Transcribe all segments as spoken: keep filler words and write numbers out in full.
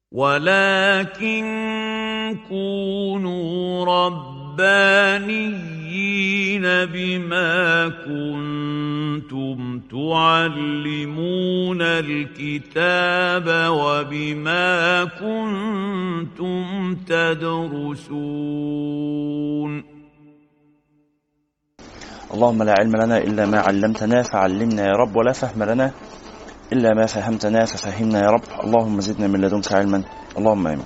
ولكن كونوا ربانيين بما كنتم تعلمون الكتاب وبما كنتم تدرسون. اللهم لا علم لنا إلا ما علمتنا فعلمنا يا رب، ولا فهم لنا إلا ما فهمتنا ففهمنا يا رب. اللهم زدنا من لدنك علما، اللهم آمين.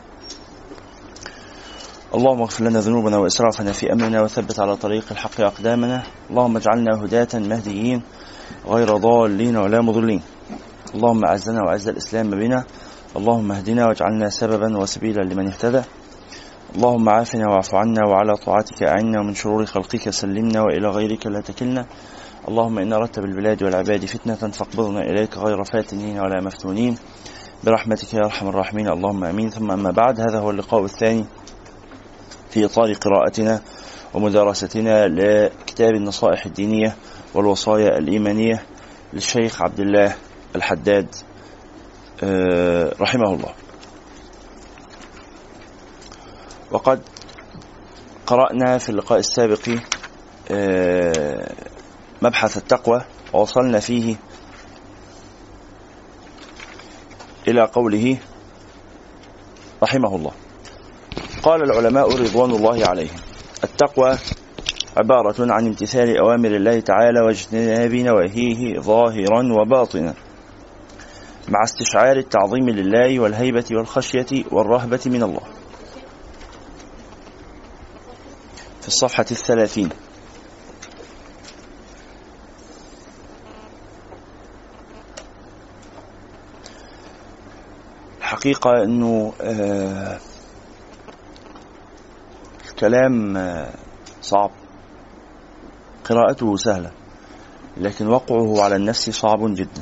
اللهم اغفر لنا ذنوبنا وإسرافنا في أمرنا وثبت على طريق الحق أقدامنا. اللهم اجعلنا هداة مهديين غير ضالين ولا مضلين. اللهم أعزنا وأعز الإسلام بنا. اللهم اهدنا واجعلنا سببا وسبيلا لمن اهتدى. اللهم عافنا واعف عنا وعلى طاعتك أعنا ومن شرور خلقك سلمنا وإلى غيرك لا تكلنا. اللهم إن أردت بالبلاد والعباد فتنة فاقبضنا إليك غير فاتنين ولا مفتونين برحمتك يا أرحم الراحمين. اللهم آمين. ثم أما بعد، هذا هو اللقاء الثاني في إطار قراءتنا ومدارستنا لكتاب النصائح الدينية والوصايا الإيمانية للشيخ عبد الله الحداد رحمه الله. وقد قرأنا في اللقاء السابق مبحث التقوى، ووصلنا فيه إلى قوله رحمه الله: قال العلماء رضوان الله عليهم: التقوى عبارة عن امتثال أوامر الله تعالى واجتناب نواهيه ظاهرا وباطنا، مع استشعار التعظيم لله والهيبة والخشية والرهبة من الله. في الصفحة الثلاثين. الحقيقة أنه آه الكلام آه صعب، قراءته سهلة، لكن وقعه على النفس صعب جدا.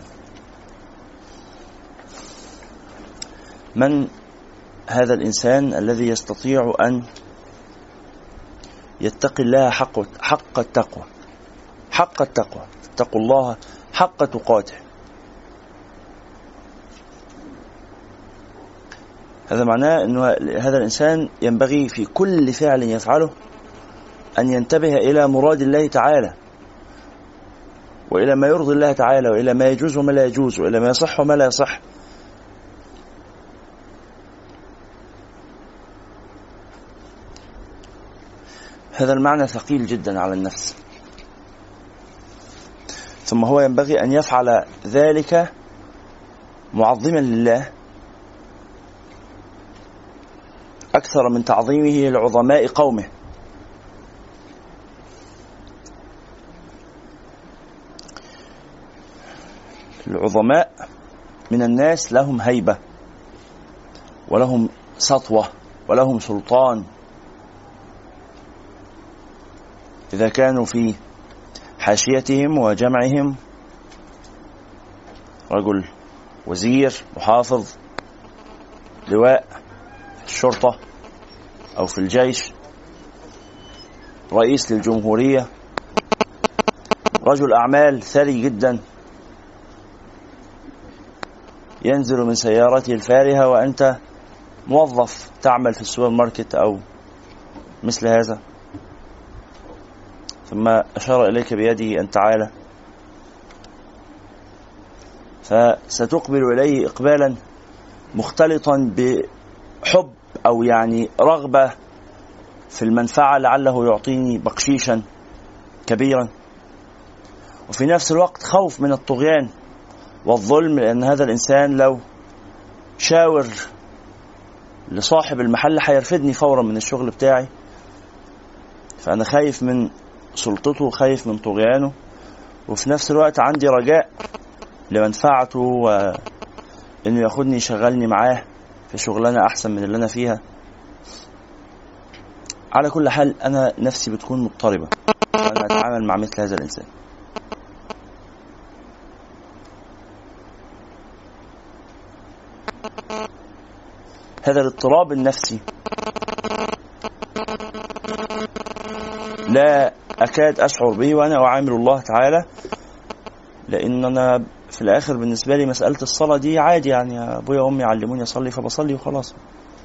من هذا الإنسان الذي يستطيع أن يتقي الله حق, حق التقوى حق التقوى اتقوا الله حق تقاته؟ هذا معناه أن هذا الإنسان ينبغي في كل فعل يفعله أن ينتبه إلى مراد الله تعالى، وإلى ما يرضي الله تعالى، وإلى ما يجوز وما لا يجوز، وإلى ما يصح وما لا يصح. هذا المعنى ثقيل جدا على النفس. ثم هو ينبغي أن يفعل ذلك معظما لله أكثر من تعظيمه لعظماء قومه. العظماء من الناس لهم هيبة ولهم سطوة ولهم سلطان. إذا كانوا في حاشيتهم وجمعهم رجل وزير، محافظ، لواء في الشرطة أو في الجيش، رئيس للجمهورية، رجل أعمال ثري جدا ينزل من سيارته الفارهة وأنت موظف تعمل في السوبر ماركت أو مثل هذا، ثم أشار إليك بيده أن تعالى، فستقبل إليه إقبالا مختلطا بحب أو يعني رغبة في المنفعة، لعله يعطيني بقشيشا كبيرا، وفي نفس الوقت خوف من الطغيان والظلم، لأن هذا الإنسان لو شاور لصاحب المحل حيرفدني فورا من الشغل بتاعي، فأنا خايف من سلطته، خايف من طغيانه، وفي نفس الوقت عندي رجاء لمنفعته وإنه ياخدني يشغلني معاه في شغلانة أحسن من اللي أنا فيها. على كل حال أنا نفسي بتكون مضطربة وأنا أتعامل مع مثل هذا الإنسان. هذا الاضطراب النفسي لا أكاد أشعر به وأنا أعامل الله تعالى لأن أنا في الآخر بالنسبة لي مسألة الصلاة دي عادي، يعني أبويا وأمي علموني أصلي فبصلي وخلاص.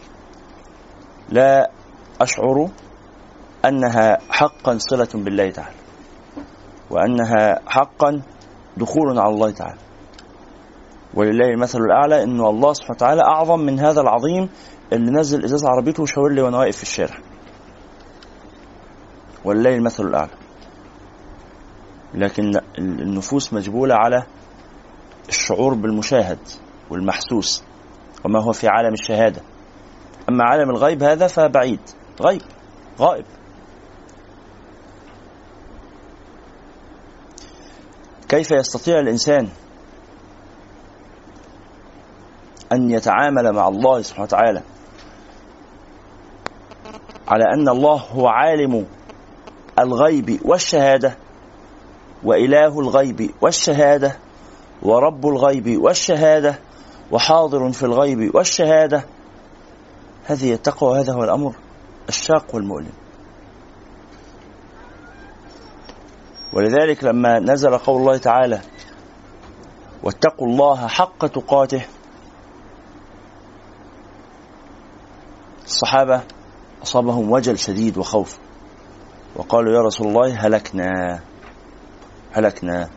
لا أشعر أنها حقا صلة بالله تعالى، وأنها حقا دخول على الله تعالى. ولله المثل الأعلى، إن الله سبحانه وتعالى أعظم من هذا العظيم اللي نزل إزاز عربيته وشاور لي وأنا واقف في الشارع. ولله المثل الأعلى. لكن النفوس مجبولة على الشعور بالمشاهد والمحسوس وما هو في عالم الشهادة. أما عالم الغيب هذا فبعيد، غيب غائب. كيف يستطيع الإنسان أن يتعامل مع الله سبحانه وتعالى على أن الله هو عالم الغيب والشهادة وإله الغيب والشهادة ورب الغيب والشهادة وحاضر في الغيب والشهادة؟ هذه التقوى، هذا هو الأمر الشاق والمؤلم. ولذلك لما نزل قول الله تعالى واتقوا الله حق تقاته، الصحابة أصابهم وجل شديد وخوف، وقالوا يا رسول الله هلكنا هلكنا.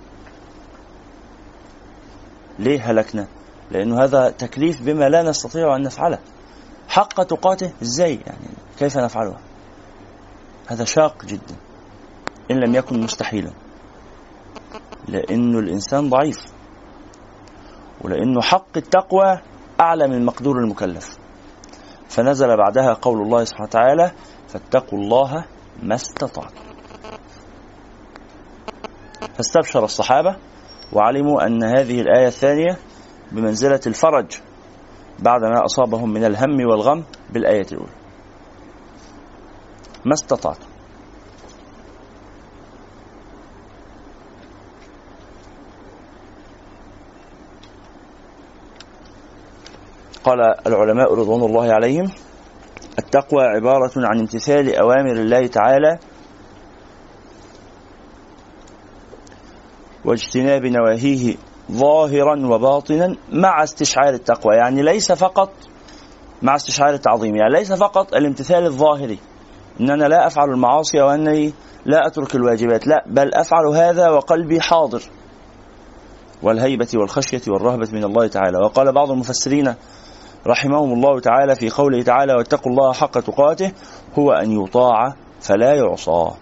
ليه هلكنا؟ لأنه هذا تكليف بما لا نستطيع أن نفعله. حق تقاته إزاي؟ يعني كيف نفعله؟ هذا شاق جدا إن لم يكن مستحيلا، لأنه الإنسان ضعيف، ولأنه حق التقوى أعلى من مقدور المكلف. فنزل بعدها قول الله سبحانه وتعالى فاتقوا الله ما استطعتم. فاستبشر الصحابة وعلموا أن هذه الآية الثانية بمنزلة الفرج بعدما أصابهم من الهم والغم بالآية الأولى. ما استطعتم. قال العلماء رضوان الله عليهم التقوى عبارة عن امتثال أوامر الله تعالى واجتناب نواهيه ظاهرا وباطنا مع استشعار التقوى. يعني ليس فقط مع استشعار التعظيم، يعني ليس فقط الامتثال الظاهري إن أنا لا أفعل المعاصي وأنني لا أترك الواجبات، لا، بل أفعل هذا وقلبي حاضر، والهيبة والخشية والرهبة من الله تعالى. وقال بعض المفسرين رحمهم الله تعالى في قوله تعالى واتقوا الله حق تقاته هو أن يطاع فلا يعصى،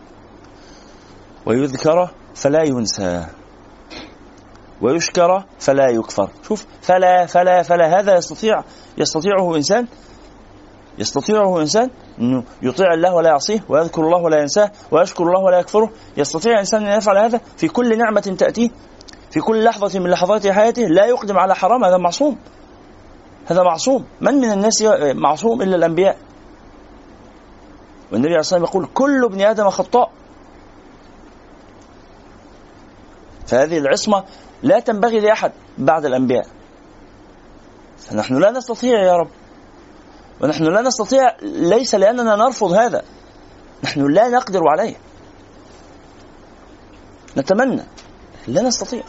ويذكر فلا ينسى، ويشكر فلا يكفر. شوف، فلا فلا فلا هذا يستطيع يستطيعه إنسان يستطيعه إنسان أنه يطيع الله ولا يعصيه، ويذكر الله ولا ينساه، ويشكر الله ولا يكفره. يستطيع إنسان أن يفعل هذا في كل نعمة تأتيه، في كل لحظة من لحظات حياته، لا يقدم على حرام. هذا معصوم، هذا معصوم. من من الناس معصوم إلا الأنبياء؟ والنبي عليه الصلاة والسلام يقول كل ابن آدم خطاء. فهذه العصمة لا تنبغي لأحد بعد الأنبياء. فنحن لا نستطيع يا رب، ونحن لا نستطيع ليس لأننا نرفض هذا، نحن لا نقدر عليه، نتمنى، لا نستطيع.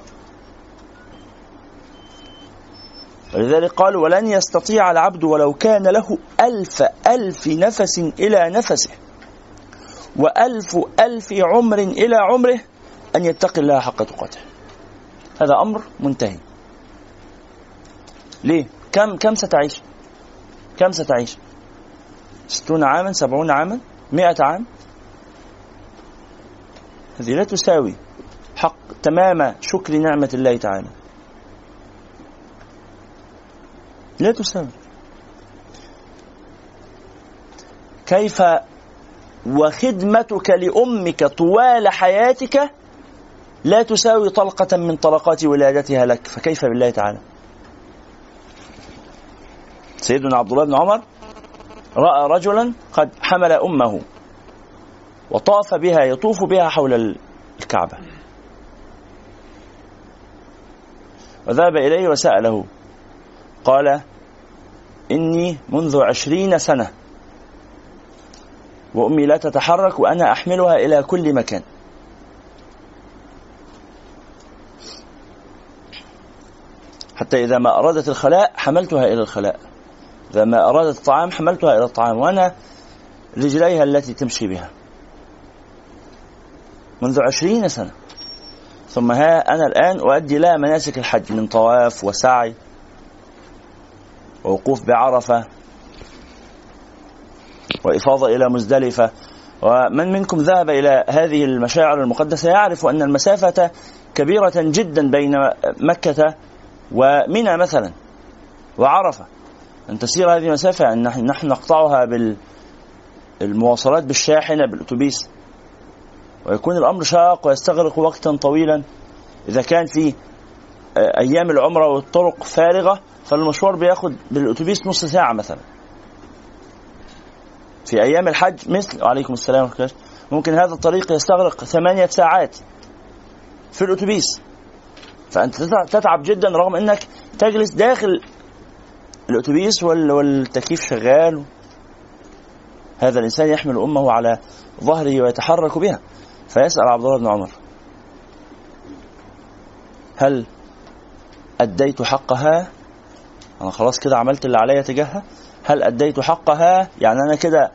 ولذلك قالوا ولن يستطيع العبد ولو كان له ألف ألف نفس إلى نفسه وألف ألف عمر إلى عمره أن يتقي الله حق تقاته. هذا أمر منتهي. ليه؟ كم كم ستعيش؟ كم ستعيش؟ ستون عاما، سبعون عاما، مئة عام؟ هذه لا تساوي حق تمام شكر نعمة الله تعالى، لا تساوي. كيف وخدمتك لأمك طوال حياتك لا تساوي طلقة من طلقات ولادتها لك، فكيف بالله تعالى؟ سيدنا عبد الله بن عمر رأى رجلا قد حمل أمه وطاف بها، يطوف بها حول الكعبة، وذهب إليه وسأله، قال إني منذ عشرين سنة وأمي لا تتحرك وأنا أحملها إلى كل مكان. حتى إذا ما أرادت الخلاء حملتها إلى الخلاء، إذا ما أرادت الطعام حملتها إلى الطعام، وأنا رجليها التي تمشي بها منذ عشرين سنة. ثم ها أنا الآن أؤدي لها مناسك الحج من طواف وسعي ووقوف بعرفة وإفاضة إلى مزدلفة. ومن منكم ذهب إلى هذه المشاعر المقدسة يعرف أن المسافة كبيرة جدا بين مكة ومنى مثلا وعرفة، أن تسير هذه المسافة أن نحن نقطعها بالمواصلات بالشاحنة بالأتوبيس، ويكون الأمر شاق ويستغرق وقتا طويلا. إذا كان في أيام العمرة والطرق فارغة فالمشوار بياخد بالأتوبيس نص ساعة مثلا. في أيام الحج مثل وعليكم السلام ممكن هذا الطريق يستغرق ثمانية ساعات في الأتوبيس، فأنت تتعب جدا رغم أنك تجلس داخل الأتوبيس والتكييف شغال. هذا الإنسان يحمل أمه على ظهره ويتحرك بها، فيسأل عبد الله بن عمر هل أديت حقها؟ أنا خلاص كده عملت اللي عليا تجاهها، هل أديت حقها؟ يعني أنا كده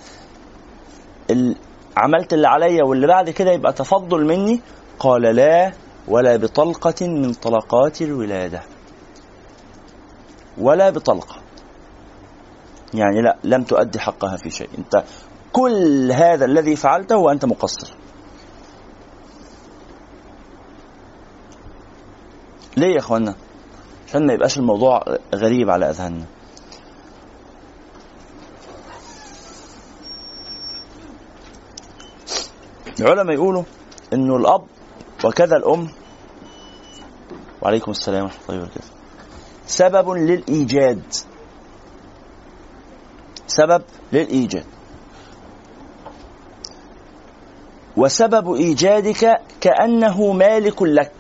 عملت اللي عليا واللي بعد كده يبقى تفضل مني؟ قال لا، ولا بطلقة من طلقات الولادة، ولا بطلقة، يعني لا، لم تؤدي حقها في شيء، أنت كل هذا الذي فعلته وأنت مقصر. ليه يا أخوانا؟ عشان ما يبقاش الموضوع غريب على أذهاننا. العلماء يقولوا إنه الأب وكذا الأم وعليكم السلام ورحمة الله وبركاته سبب للإيجاد، سبب للإيجاد، وسبب إيجادك كأنه مالك لك،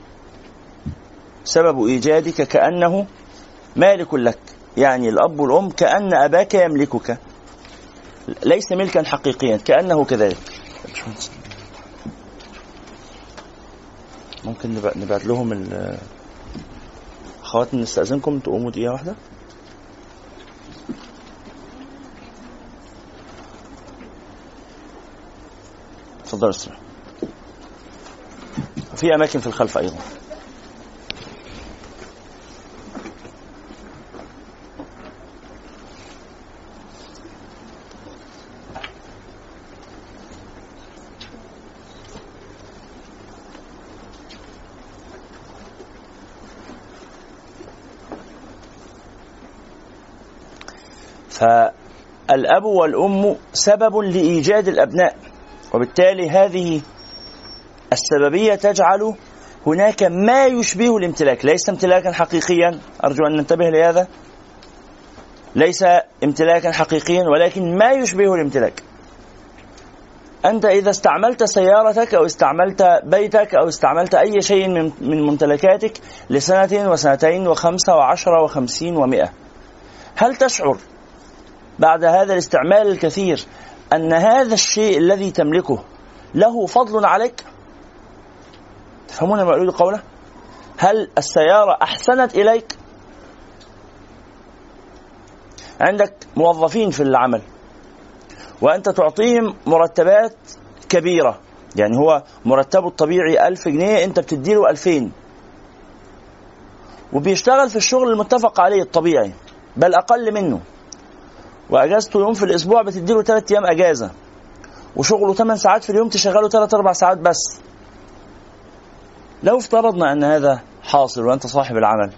سبب إيجادك كأنه مالك لك، يعني الأب والأم كأن أباك يملكك، ليس ملكا حقيقيا، كأنه كذلك. ممكن نبعت لهم الأخوات نستأذنكم تقوموا دقيقة واحدة. تفضل استريح، وفي أماكن في الخلف أيضا. فالأب والأم سبب لإيجاد الأبناء، وبالتالي هذه السببية تجعل هناك ما يشبه الامتلاك، ليس امتلاكا حقيقيا، أرجو أن ننتبه لهذا، ليس امتلاكا حقيقيا ولكن ما يشبه الامتلاك. أنت إذا استعملت سيارتك أو استعملت بيتك أو استعملت أي شيء من ممتلكاتك لسنة وسنتين وخمسة وعشرة وخمسين ومئة، هل تشعر بعد هذا الاستعمال الكثير أن هذا الشيء الذي تملكه له فضل عليك؟ تفهمون ما أريد قوله؟ هل السيارة أحسنت إليك؟ عندك موظفين في العمل وأنت تعطيهم مرتبات كبيرة، يعني هو مرتبه الطبيعي ألف جنيه، أنت بتديله ألفين، وبيشتغل في الشغل المتفق عليه الطبيعي بل أقل منه، وأجازته يوم في الأسبوع بتديله ثلاثة أيام أجازة، وشغله ثمان ساعات في اليوم تشغله ثلاث أربع ساعات بس. لو افترضنا أن هذا حاصل وأنت صاحب العمل،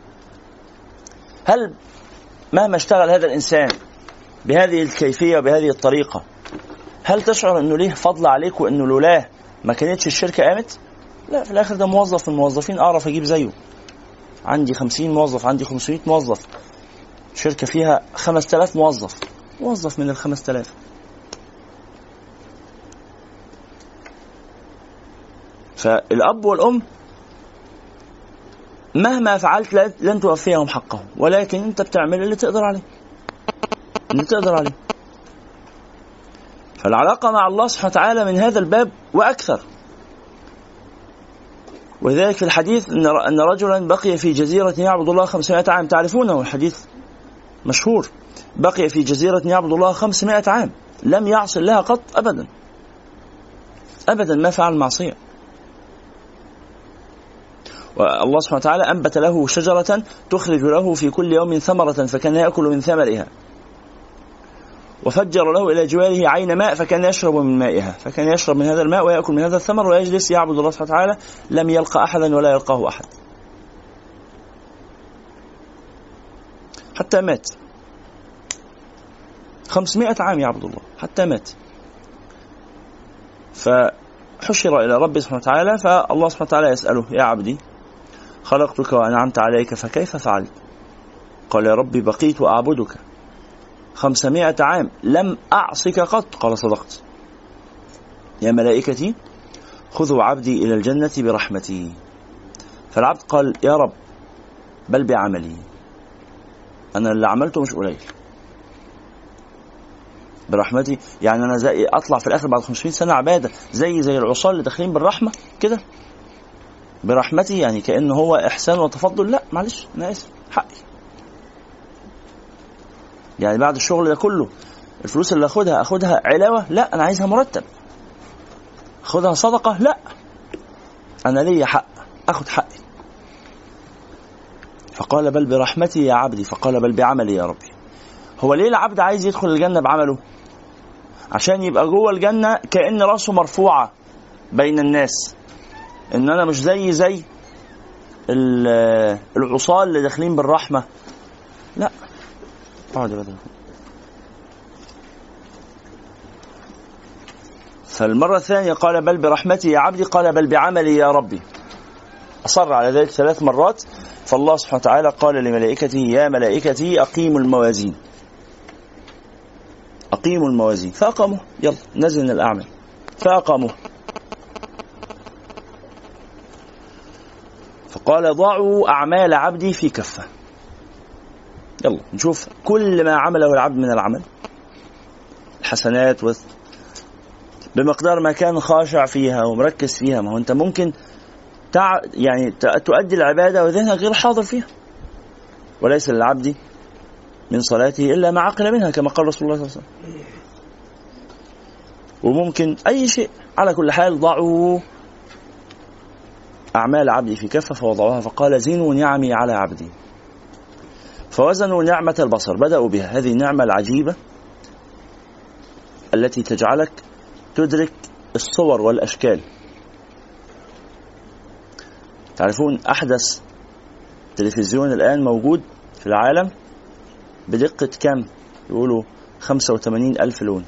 هل مهما اشتغل هذا الإنسان بهذه الكيفية وبهذه الطريقة هل تشعر أنه ليه فضل عليك وأنه لولاه ما كانتش الشركة قامت؟ لا، في الآخر ده موظف من الموظفين، أعرف أجيب زيه، عندي خمسين موظف، عندي خمسمائة موظف، شركة فيها خمسة آلاف موظف، موظف من الخمسة آلاف. فالأب والأم مهما فعلت لن توفيهم حقهم، ولكن أنت بتعمل اللي تقدر عليه، اللي تقدر عليه. فالعلاقة مع الله سبحانه وتعالى من هذا الباب وأكثر. وذلك في الحديث أن رجلا بقي في جزيرة يعبد الله خمسمائة عام، تعرفونه الحديث مشهور، بقي في جزيرة يعبد الله خمسمائة عام لم يعص الله قط أبدا أبدا، ما فعل معصية. والله سبحانه وتعالى أنبت له شجرة تخرج له في كل يوم ثمرة فكان يأكل من ثمرها، وفجر له إلى جواره عين ماء فكان يشرب من مائها، فكان يشرب من هذا الماء ويأكل من هذا الثمر ويجلس يعبد الله سبحانه وتعالى، لم يلقى أحدا ولا يلقاه أحد حتى مات. خمسمائة عام يعبد الله حتى مات، فحشر إلى ربه سبحانه وتعالى، فالله سبحانه وتعالى يسأله: يا عبدي خلقتك وأنعمت عليك فكيف فعلت؟ قال: يا ربي بقيت وأعبدك خمسمائة عام لم أعصك قط. قال: صدقت. يا ملائكتي خذوا عبدي إلى الجنة برحمتي. فالعبد قال: يا رب بل بعملي، أنا اللي عملته مش قليل، برحمتي يعني أنا زي أطلع في الآخر بعد خمسمائة سنة عبادة زي زي العصاة اللي داخلين بالرحمة كده، برحمتي يعني كأنه هو إحسان وتفضل. لا معلش أنا آسف، حقي يعني بعد الشغل ده كله الفلوس اللي أخدها أخدها علاوة؟ لا أنا عايزها مرتب. أخدها صدقة؟ لا أنا لي حق أخد حقي. فقال: بل برحمتي يا عبدي. فقال: بل بعملي يا ربي. هو ليه العبد عايز يدخل الجنة بعمله؟ عشان يبقى جوه الجنة كأن رأسه مرفوعة بين الناس، إن أنا مش زي زي العصاة اللي داخلين بالرحمة. لا اقعد بدل. فالمرة الثانية قال: بل برحمتي يا عبدي. قال: بل بعملي يا ربي. أصر على ذلك ثلاث مرات. فالله سبحانه وتعالى قال لملائكته: يا ملائكتي أقيموا الموازين، أقيموا الموازين. فأقاموا، يلا نزل الأعمال، فأقاموا. فقال: ضعوا أعمال عبدي في كفة. يلا نشوف كل ما عمله العبد من العمل، الحسنات بمقدار ما كان خاشع فيها ومركز فيها. ما هو أنت ممكن تع... يعني تؤدي العبادة وذهنك غير حاضر فيها. وليس للعبد من صلاته إلا ما عقل منها، كما قال رسول الله صلى الله عليه وسلم. وممكن أي شيء. على كل حال ضعوا أعمال عبدي في كفة فوضعوها. فقال: زنوا نعمي على عبدي. فوزنوا نعمة البصر، بدأوا بها، هذه النعمة العجيبة التي تجعلك تدرك الصور والأشكال. تعرفون أحدث تلفزيون الآن موجود في العالم بدقة كم؟ يقولوا خمسة وثمانين ألف لون،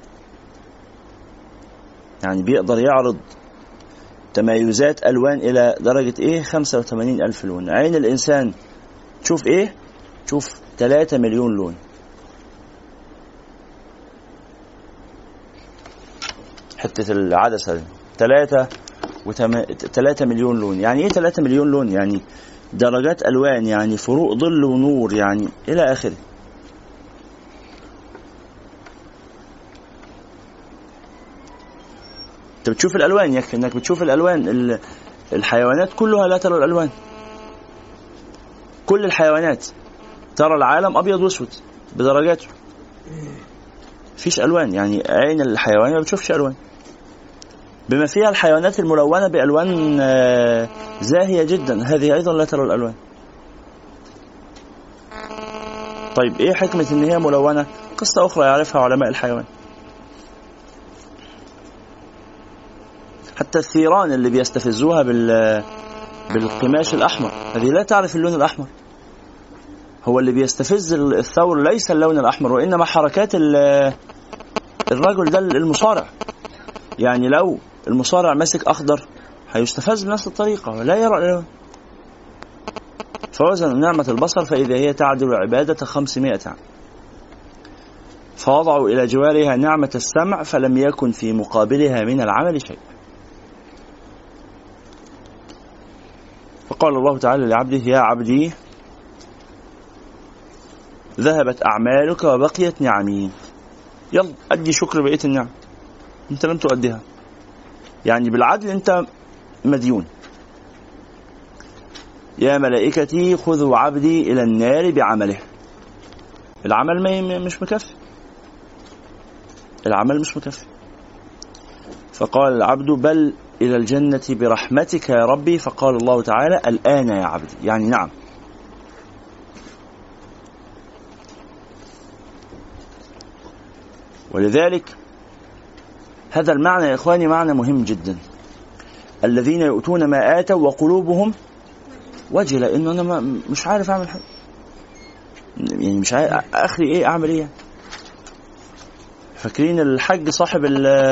يعني بيقدر يعرض تمايزات ألوان إلى درجة إيه؟ خمسة وثمانين ألف لون. عين الإنسان تشوف إيه؟ تشوف ثلاثة مليون لون. حتة العدسة ثلاثة وتم... ثلاثة مليون لون. يعني إيه ثلاثة مليون لون؟ يعني درجات ألوان، يعني فروق ظل ونور، يعني إلى آخره. أنت بتشوف الألوان، يكفي إنك بتشوف الألوان. الحيوانات كلها لا ترى الألوان، كل الحيوانات ترى العالم أبيض وأسود بدرجاته، فيش ألوان. يعني عين الحيوان ما بتشوفش ألوان، بما فيها الحيوانات الملونة بألوان زاهية جدا، هذه أيضا لا ترى الألوان. طيب إيه حكمة إن هي ملونة؟ قصة أخرى يعرفها علماء الحيوان. حتى الثيران اللي بيستفزوها بالقماش الأحمر، هذه لا تعرف اللون الأحمر. هو اللي بيستفز الثور ليس اللون الأحمر، وإنما حركات الرجل ده المصارع. يعني لو المصارع مسك أخضر هيستفز بنفس الطريقة ولا يرى اللون. فوزن نعمة البصر فإذا هي تعدل عبادة خمسمائة عام. فوضعوا إلى جوارها نعمة السمع فلم يكن في مقابلها من العمل شيء. فقال الله تعالى لعبده: يا عبدي ذهبت أعمالك وبقيت نعمي. يلا أدي شكر بقية النعم، أنت لم تؤديها. يعني بالعدل أنت مديون، يا ملائكتي خذوا عبدي إلى النار بعمله. العمل مش مكفي، العمل مش مكفي. فقال العبد بل إلى الجنة برحمتك يا ربي. فقال الله تعالى الآن يا عبدي، يعني نعم. ولذلك هذا المعنى يا إخواني معنى مهم جدا. الذين يؤتون ما آتوا وقلوبهم وجلة إنه أنا مش عارف أعمل حاجة، يعني مش عارف أخري إيه، أعمل إيه. فاكرين الحج صاحب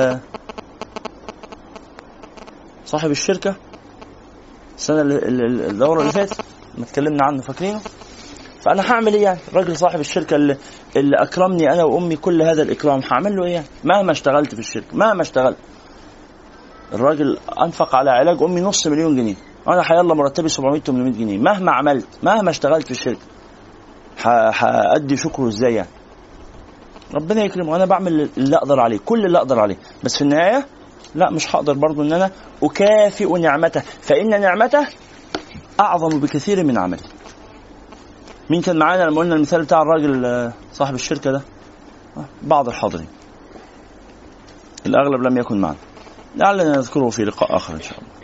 صاحب الشركة السنة الدورة اللي فاتت ما تكلمنا عنه، فاكرينه؟ فأنا هعمل إيه يعني؟ الراجل صاحب الشركة اللي, اللي أكرمني أنا وأمي كل هذا الإكرام، هعمل له إيه يعني؟ مهما اشتغلت في الشركة، مهما اشتغلت. الراجل أنفق على علاج أمي نص مليون جنيه، أنا حيالله مرتبي سبعمية ثمانمية جنيه، مهما عملت مهما اشتغلت في الشركة هأدي شكره إزاي يعني؟ ربنا يكرمه، أنا بعمل اللي أقدر عليه، كل اللي أقدر عليه، بس في النهاية لا مش هقدر برضو أن أنا أكافئ نعمته، فإن نعمته أعظم بكثير من عملي. مين كان معانا لما قلنا المثال بتاع الراجل صاحب الشركة ده؟ بعض الحاضرين، الأغلب لم يكن معنا، لعلنا نذكره في لقاء آخر إن شاء الله.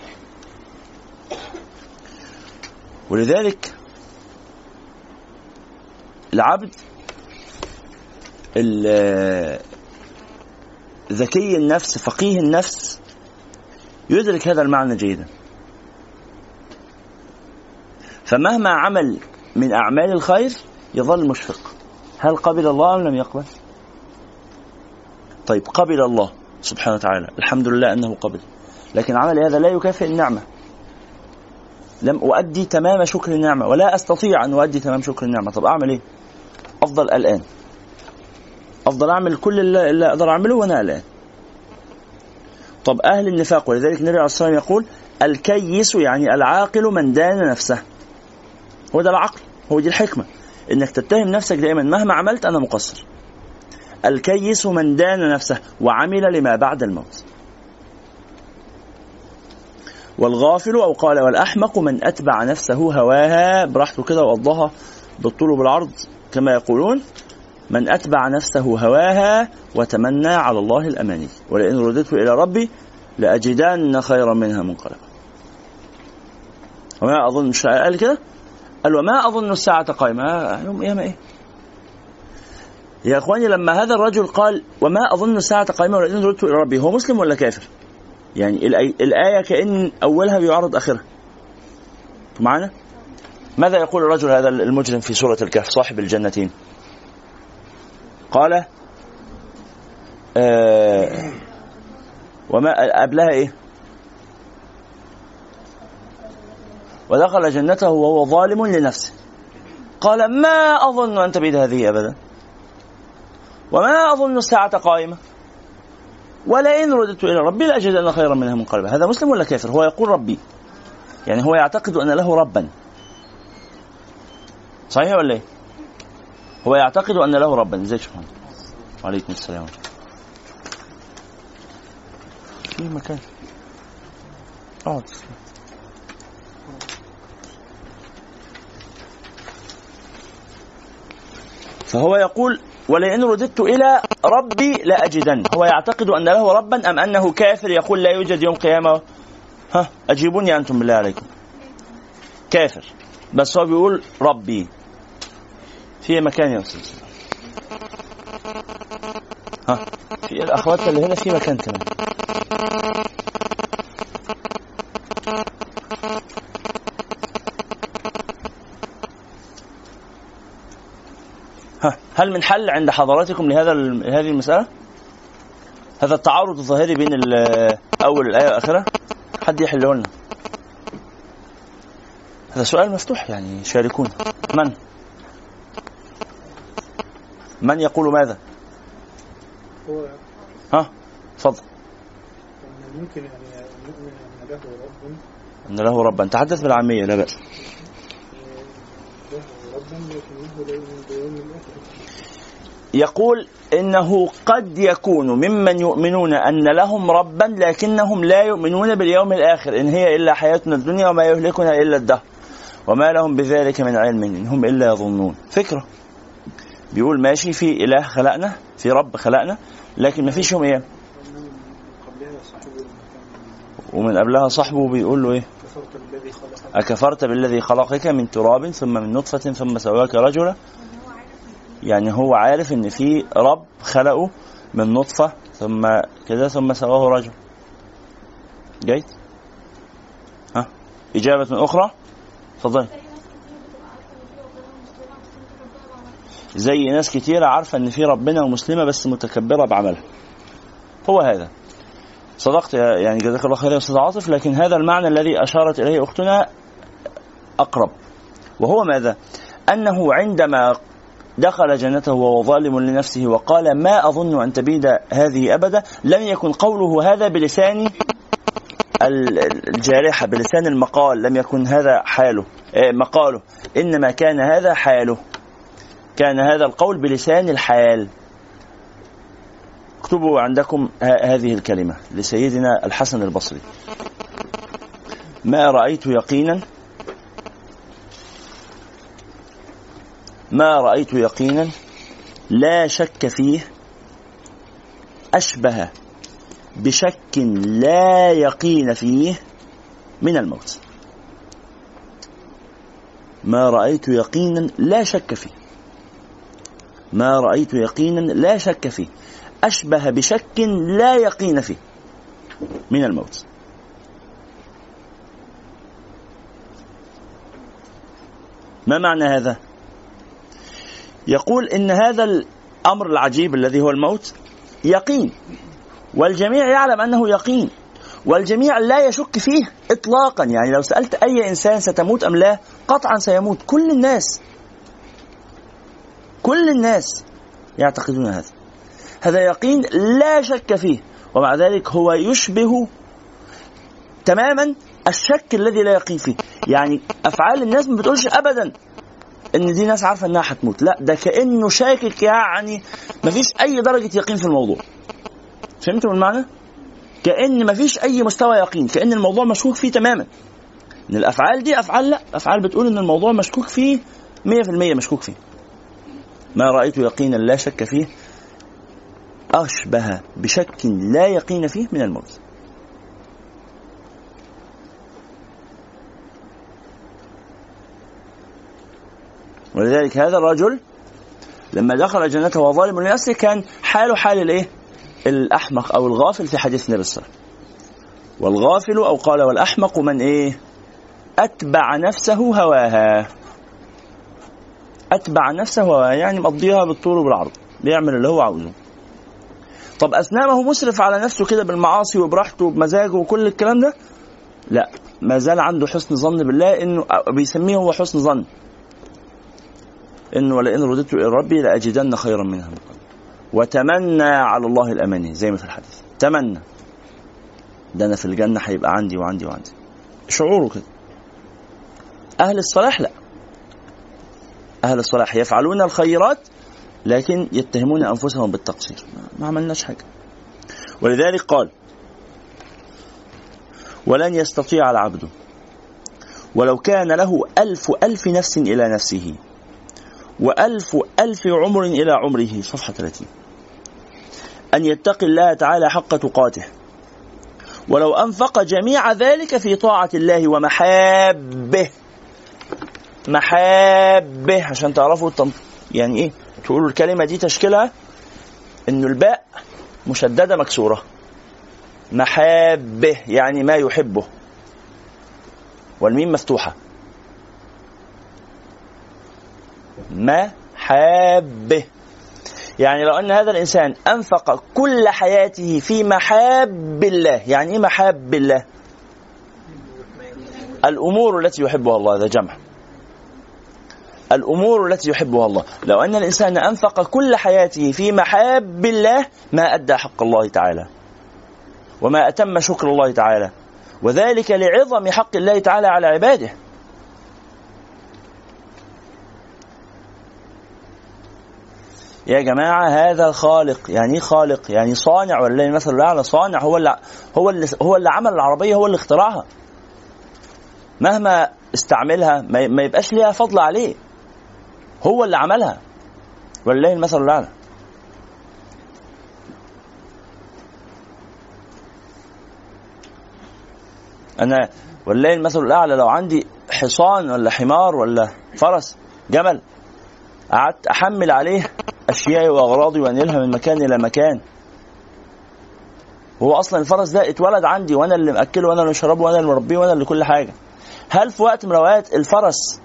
ولذلك العبد ذكي النفس فقيه النفس يدرك هذا المعنى جيدا، فمهما عمل من أعمال الخير يظل مشفق، هل قبل الله أم لم يقبل؟ طيب قبل الله سبحانه وتعالى، الحمد لله أنه قبل، لكن عمل هذا لا يكافئ النعمة، لم أؤدي تمام شكر النعمة ولا أستطيع أن أؤدي تمام شكر النعمة. طب أعمل إيه؟ أفضل الآن، أفضل أعمل كل اللي أقدر أعمله وأنا الآن. طب أهل النفاق، ولذلك النبي عليه الصلاة والسلام يقول الكيس يعني العاقل من دان نفسه. هو ده العقل، هو دي الحكمة، إنك تتهم نفسك دائما مهما عملت أنا مقصر. الكيس من دان نفسه وعمل لما بعد الموت. والغافل أو قال والأحمق من أتبع نفسه هواها، براحته كده وقضاها بالطول وبالعرض كما يقولون، من أتبع نفسه هواها وتمنى على الله الأماني ولئن رددت إلى ربي لأجدن خيرا منها منقلبا. وما أظن، مش قال كده؟ قال وما أظن الساعة قائمة يوم قيامة. إيه يا أخواني لما هذا الرجل قال وما أظن الساعة قائمة ولئن رددت إلى ربي، هو مسلم ولا كافر؟ يعني الآية كأن أولها بيعرض آخرها معنا. ماذا يقول الرجل هذا المجرم في سورة الكهف صاحب الجنتين؟ قال آه وما قبلها إيه؟ ودخل جنته وهو ظالم لنفسه قال ما أظن أن تبيد هذه أبدا وما أظن الساعة قائمة ولئن رددت إلى ربي لأجدن خيرا منها منقلبا. هذا مسلم ولا كافر؟ هو يقول ربي، يعني هو يعتقد أن له ربا، صحيح ولا إيه؟ هو يعتقد أن له ربا. ازيك شو وعليكم السلام. في مكان اقعد. فهو يقول ولئن رددت إلى ربي لأجدن. هو يعتقد أن له ربا أم أنه كافر يقول لا يوجد يوم قيامة؟ ها أجيبوني أنتم بالله عليكم. كافر بس هو بيقول ربي. في مكان يا أستاذ؟ ها في الأخوات اللي هنا في مكان كمان. ها هل من حل عند حضراتكم لهذا هذه المسألة؟ هذا التعارض الظاهري بين أول الآية وآخرها، حد يحله لنا؟ هذا سؤال مفتوح يعني، شاركونا. من من يقول ماذا؟ ها تفضل. ممكن يعني نؤمن أن له رب، أن له ربا. تحدث بالعامية لا بأس. يقول إنه قد يكون ممن يؤمنون أن لهم ربا لكنهم لا يؤمنون باليوم الآخر، إن هي إلا حياتنا الدنيا وما يهلكنا إلا الدهر، وما لهم بذلك من علم إن هم إلا يظنون. فكرة بيقول ماشي في إله خلقنا، في رب خلقنا، لكن ما فيش يوم إيه، ومن قبلها صاحبه بيقول له إيه، أكفرت بالذي خلقك من تراب ثم من نطفة ثم سواك رجلا. يعني هو عارف إن في رب خلقه من نطفة ثم كذا ثم سواه رجل. جيد. ها إجابة أخرى تفضل. زي ناس كتيرة عارفة إن في ربنا ومسلمة بس متكبرة بعملها. هو هذا. صدقت يعني جزاك الله خير يا أستاذ عاطف، لكن هذا المعنى الذي أشارت إليه أختنا أقرب، وهو ماذا؟ أنه عندما دخل جنته وهو ظالم لنفسه وقال ما أظن أن تبيد هذه أبدا، لم يكن قوله هذا بلسان الجارحة، بلسان المقال، لم يكن هذا حاله مقاله، إنما كان هذا حاله، كان هذا القول بلسان الحال. اكتبوا عندكم هذه الكلمة لسيدنا الحسن البصري: ما رأيت يقينا ما رأيت يقينا لا شك فيه أشبه بشك لا يقين فيه من الموت. ما رأيت يقينا لا شك فيه ما رأيت يقينا لا شك فيه أشبه بشك لا يقين فيه من الموت. ما معنى هذا؟ يقول إن هذا الأمر العجيب الذي هو الموت يقين، والجميع يعلم أنه يقين، والجميع لا يشك فيه إطلاقا. يعني لو سألت أي إنسان ستموت أم لا، قطعا سيموت. كل الناس كل الناس يعتقدون هذا. هذا يقين لا شك فيه، ومع ذلك هو يشبه تماما الشك الذي لا يقين فيه. يعني أفعال الناس ما بتقولش أبدا إن دي ناس عارفة أنها هتموت، لا، ده كأنه شاكك، يعني ما فيش أي درجة يقين في الموضوع. فهمتوا المعنى؟ كأن ما فيش أي مستوى يقين، كأن الموضوع مشكوك فيه تماما. إن الأفعال دي أفعال، لا، أفعال بتقول إن الموضوع مشكوك فيه مية في المية، مشكوك فيه. ما رأيت يقينا لا شك فيه أشبه بشك لا يقين فيه من الموت. ولذلك هذا الرجل لما دخل جنته وظالم لنفسه كان حاله حال الايه؟ الأحمق أو الغافل في حديث النبي صلى الله عليه وسلم. والغافل أو قال والأحمق من إيه؟ أتبع نفسه هواها. أتبع نفسه هواها يعني مقضيها بالطول وبالعرض، بيعمل اللي هو عاوزه. طب أثناء مسرف على نفسه كده بالمعاصي وبراحته وبمزاجه وكل الكلام ده؟ لا، ما زال عنده حسن ظن بالله، إنه بيسميه هو حسن ظن، إنه ولئن رددت إلى ربي لأجدن خيرا منها. وتمنى على الله الأماني زي ما في الحديث، تمنى ده أنا في الجنة هيبقى عندي وعندي وعندي، شعوره كده. أهل الصلاح لا، أهل الصلاح يفعلون الخيرات لكن يتهمون أنفسهم بالتقصير، ما عملناش حاجة. ولذلك قال ولن يستطيع العبد ولو كان له ألف ألف نفس إلى نفسه وألف ألف عمر إلى عمره، صفحة ثلاثين، أن يتقي الله تعالى حق تقاته ولو أنفق جميع ذلك في طاعة الله ومحابه. محابه عشان تعرفوا يعني إيه تقولوا الكلمة دي تشكيلها، إنه الباء مشددة مكسورة، محابه يعني ما يحبه، والميم مفتوحة، محابه. يعني لو أن هذا الإنسان أنفق كل حياته في محاب الله. يعني إيه محاب الله؟ الأمور التي يحبها الله، هذا جمع، الأمور التي يحبها الله. لو أن الإنسان أنفق كل حياته في محاب الله ما أدى حق الله تعالى وما أتم شكر الله تعالى، وذلك لعظم حق الله تعالى على عباده. يا جماعة هذا خالق. يعني خالق يعني صانع، ولا مثل الأعلى صانع، هو اللي هو اللي هو اللي عمل العربية، هو اللي اخترعها. مهما استعملها ما يبقاش ليها فضل عليه، هو اللي عملها، ولله المثل الأعلى. أنا ولله المثل الأعلى لو عندي حصان ولا حمار ولا فرس جمل، قعدت أحمل عليه أشياء وأغراضي وأنقلها من مكان إلى مكان، هو أصلا الفرس ده اتولد عندي وأنا اللي مأكله وأنا اللي مشربه وأنا اللي مربيه وأنا اللي كل حاجة. هل في وقت من الأوقات الفرس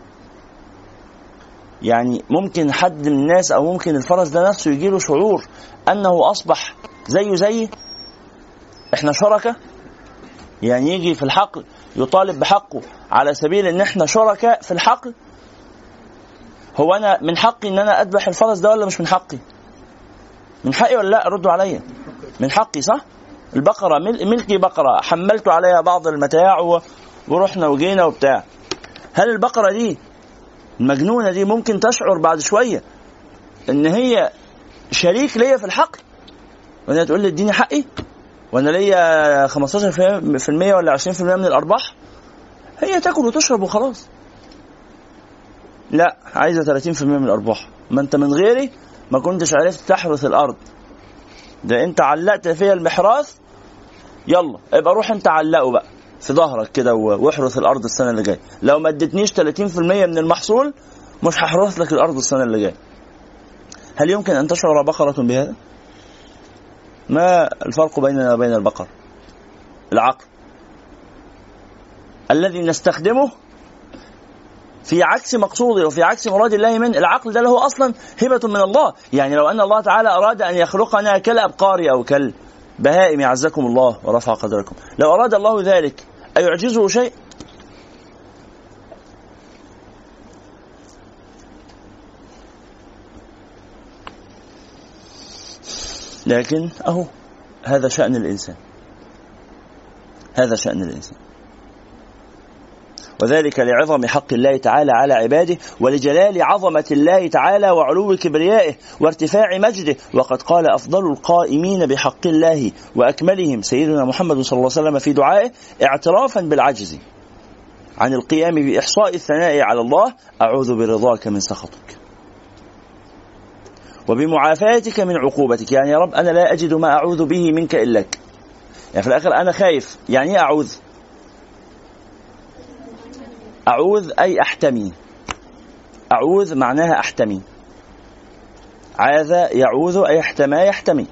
يعني ممكن حد من الناس أو ممكن الفرس ده نفسه يجيله شعور أنه أصبح زيه زي إحنا شركة؟ يعني يجي في الحقل يطالب بحقه على سبيل ان احنا شركاء في الحقل؟ هو انا من حقي ان انا اذبح الفرس ده ولا مش من حقي؟ من حقي ولا لا؟ ردوا عليا. من حقي صح؟ البقرة ملكي، بقرة حملت عليها بعض المتاع ورحنا وجينا وبتاع. هل البقرة دي المجنونة دي ممكن تشعر بعد شوية ان هي شريك ليا في الحقل، وانا تقول لي اديني حقي وانا ليا خمستاشر في المية ولا عشرين في المية من الارباح؟ هي تاكل وتشرب وخلاص. لا، عايزه ثلاثين في المية من الارباح. ما انت من غيري ما كنتش عرفت تحرث الارض، ده انت علقت فيها المحراث، يلا ابقى روح انت علقه بقى في ظهرك كده واحرث الارض السنه اللي جايه. لو ما اديتنيش ثلاثين في المية من المحصول مش هحرث لك الارض السنه اللي جايه. هل يمكن ان تشعر بقره بهذا؟ ما الفرق بيننا وبين البقر؟ العقل الذي نستخدمه في عكس مقصوده وفي عكس مراد الله من العقل ده، اللي هو أصلا هبة من الله. يعني لو أن الله تعالى أراد أن يخلقنا كالأبقار أو كالبهائم عزكم الله ورفع قدركم، لو أراد الله ذلك أيعجزه شيء؟ لكن أهو هذا شأن الإنسان، هذا شأن الإنسان. وذلك لعظم حق الله تعالى على عباده ولجلال عظمة الله تعالى وعلو كبريائه وارتفاع مجده. وقد قال أفضل القائمين بحق الله وأكملهم سيدنا محمد صلى الله عليه وسلم في دعائه اعترافا بالعجز عن القيام بإحصاء الثناء على الله: أعوذ برضاك من سخطك وبمعافاتك من عقوبتك. يعني يا رب أنا لا أجد ما أعوذ به منك إلاك. يعني في الآخر أنا خايف. يعني أعوذ أعوذ أي أحتمي. أعوذ معناها أحتمي. عاذ يعوذ أي احتمى يحتمي.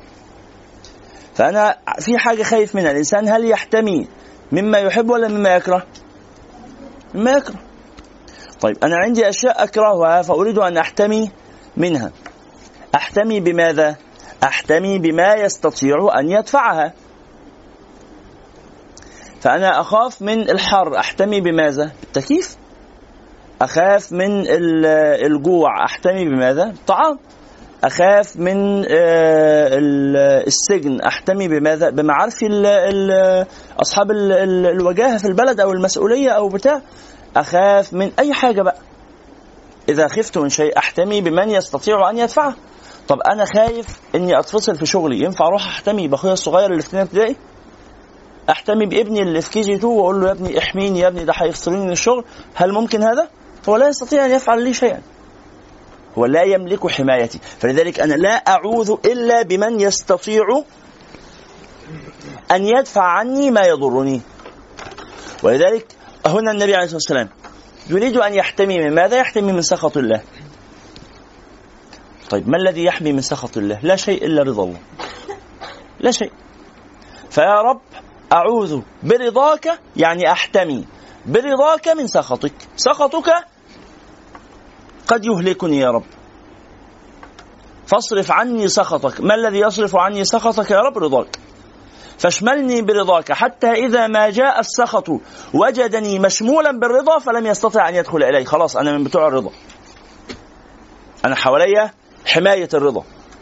فأنا في حاجة خايف منها. الإنسان هل يحتمي مما يحب ولا مما يكره؟ مما يكره. طيب أنا عندي أشياء أكرهها فأريد أن أحتمي منها. أحتمي بماذا؟ أحتمي بما يستطيع أن يدفعها. فأنا أخاف من الحر، أحتمي بماذا؟ التكييف. أخاف من الجوع، أحتمي بماذا؟ الطعام. أخاف من السجن، أحتمي بماذا؟ بمعارفي أصحاب الوجاهة في البلد أو المسؤولية أو بتاع. أخاف من أي حاجة بقى. إذا خفت من شيء أحتمي بمن يستطيع أن يدفعه. طب أنا خايف إني أتفصل في شغلي، ينفع أروح أحتمي بأخويا الصغير اللي في ثانية ابتدائي؟ أحتمي بابني اللي في كي جي تو وأقول له يا ابني احميني يا ابني ده هيفصلني من الشغل؟ هل ممكن هذا؟ هو لا يستطيع أن يفعل لي شيئا، هو لا يملك حمايتي. فلذلك أنا لا أعوذ إلا بمن يستطيع أن يدفع عني ما يضرني. ولذلك هنا النبي عليه الصلاة والسلام يريد أن يحتمي من ماذا؟ يحتمي من سخط الله. طيب ما الذي يحمي من سخط الله؟ لا شيء إلا رضا الله، لا شيء. فيا رب أعوذ برضاك، يعني أحتمي برضاك من سخطك. سخطك قد يهلكني يا رب، فاصرف عني سخطك. ما الذي يصرف عني سخطك يا رب؟ رضاك. فاشملني برضاك حتى إذا ما جاء السخط وجدني مشمولا بالرضا فلم يستطع أن يدخل إلي. خلاص أنا من بتوع الرضا، أنا حواليا حماية الرضا.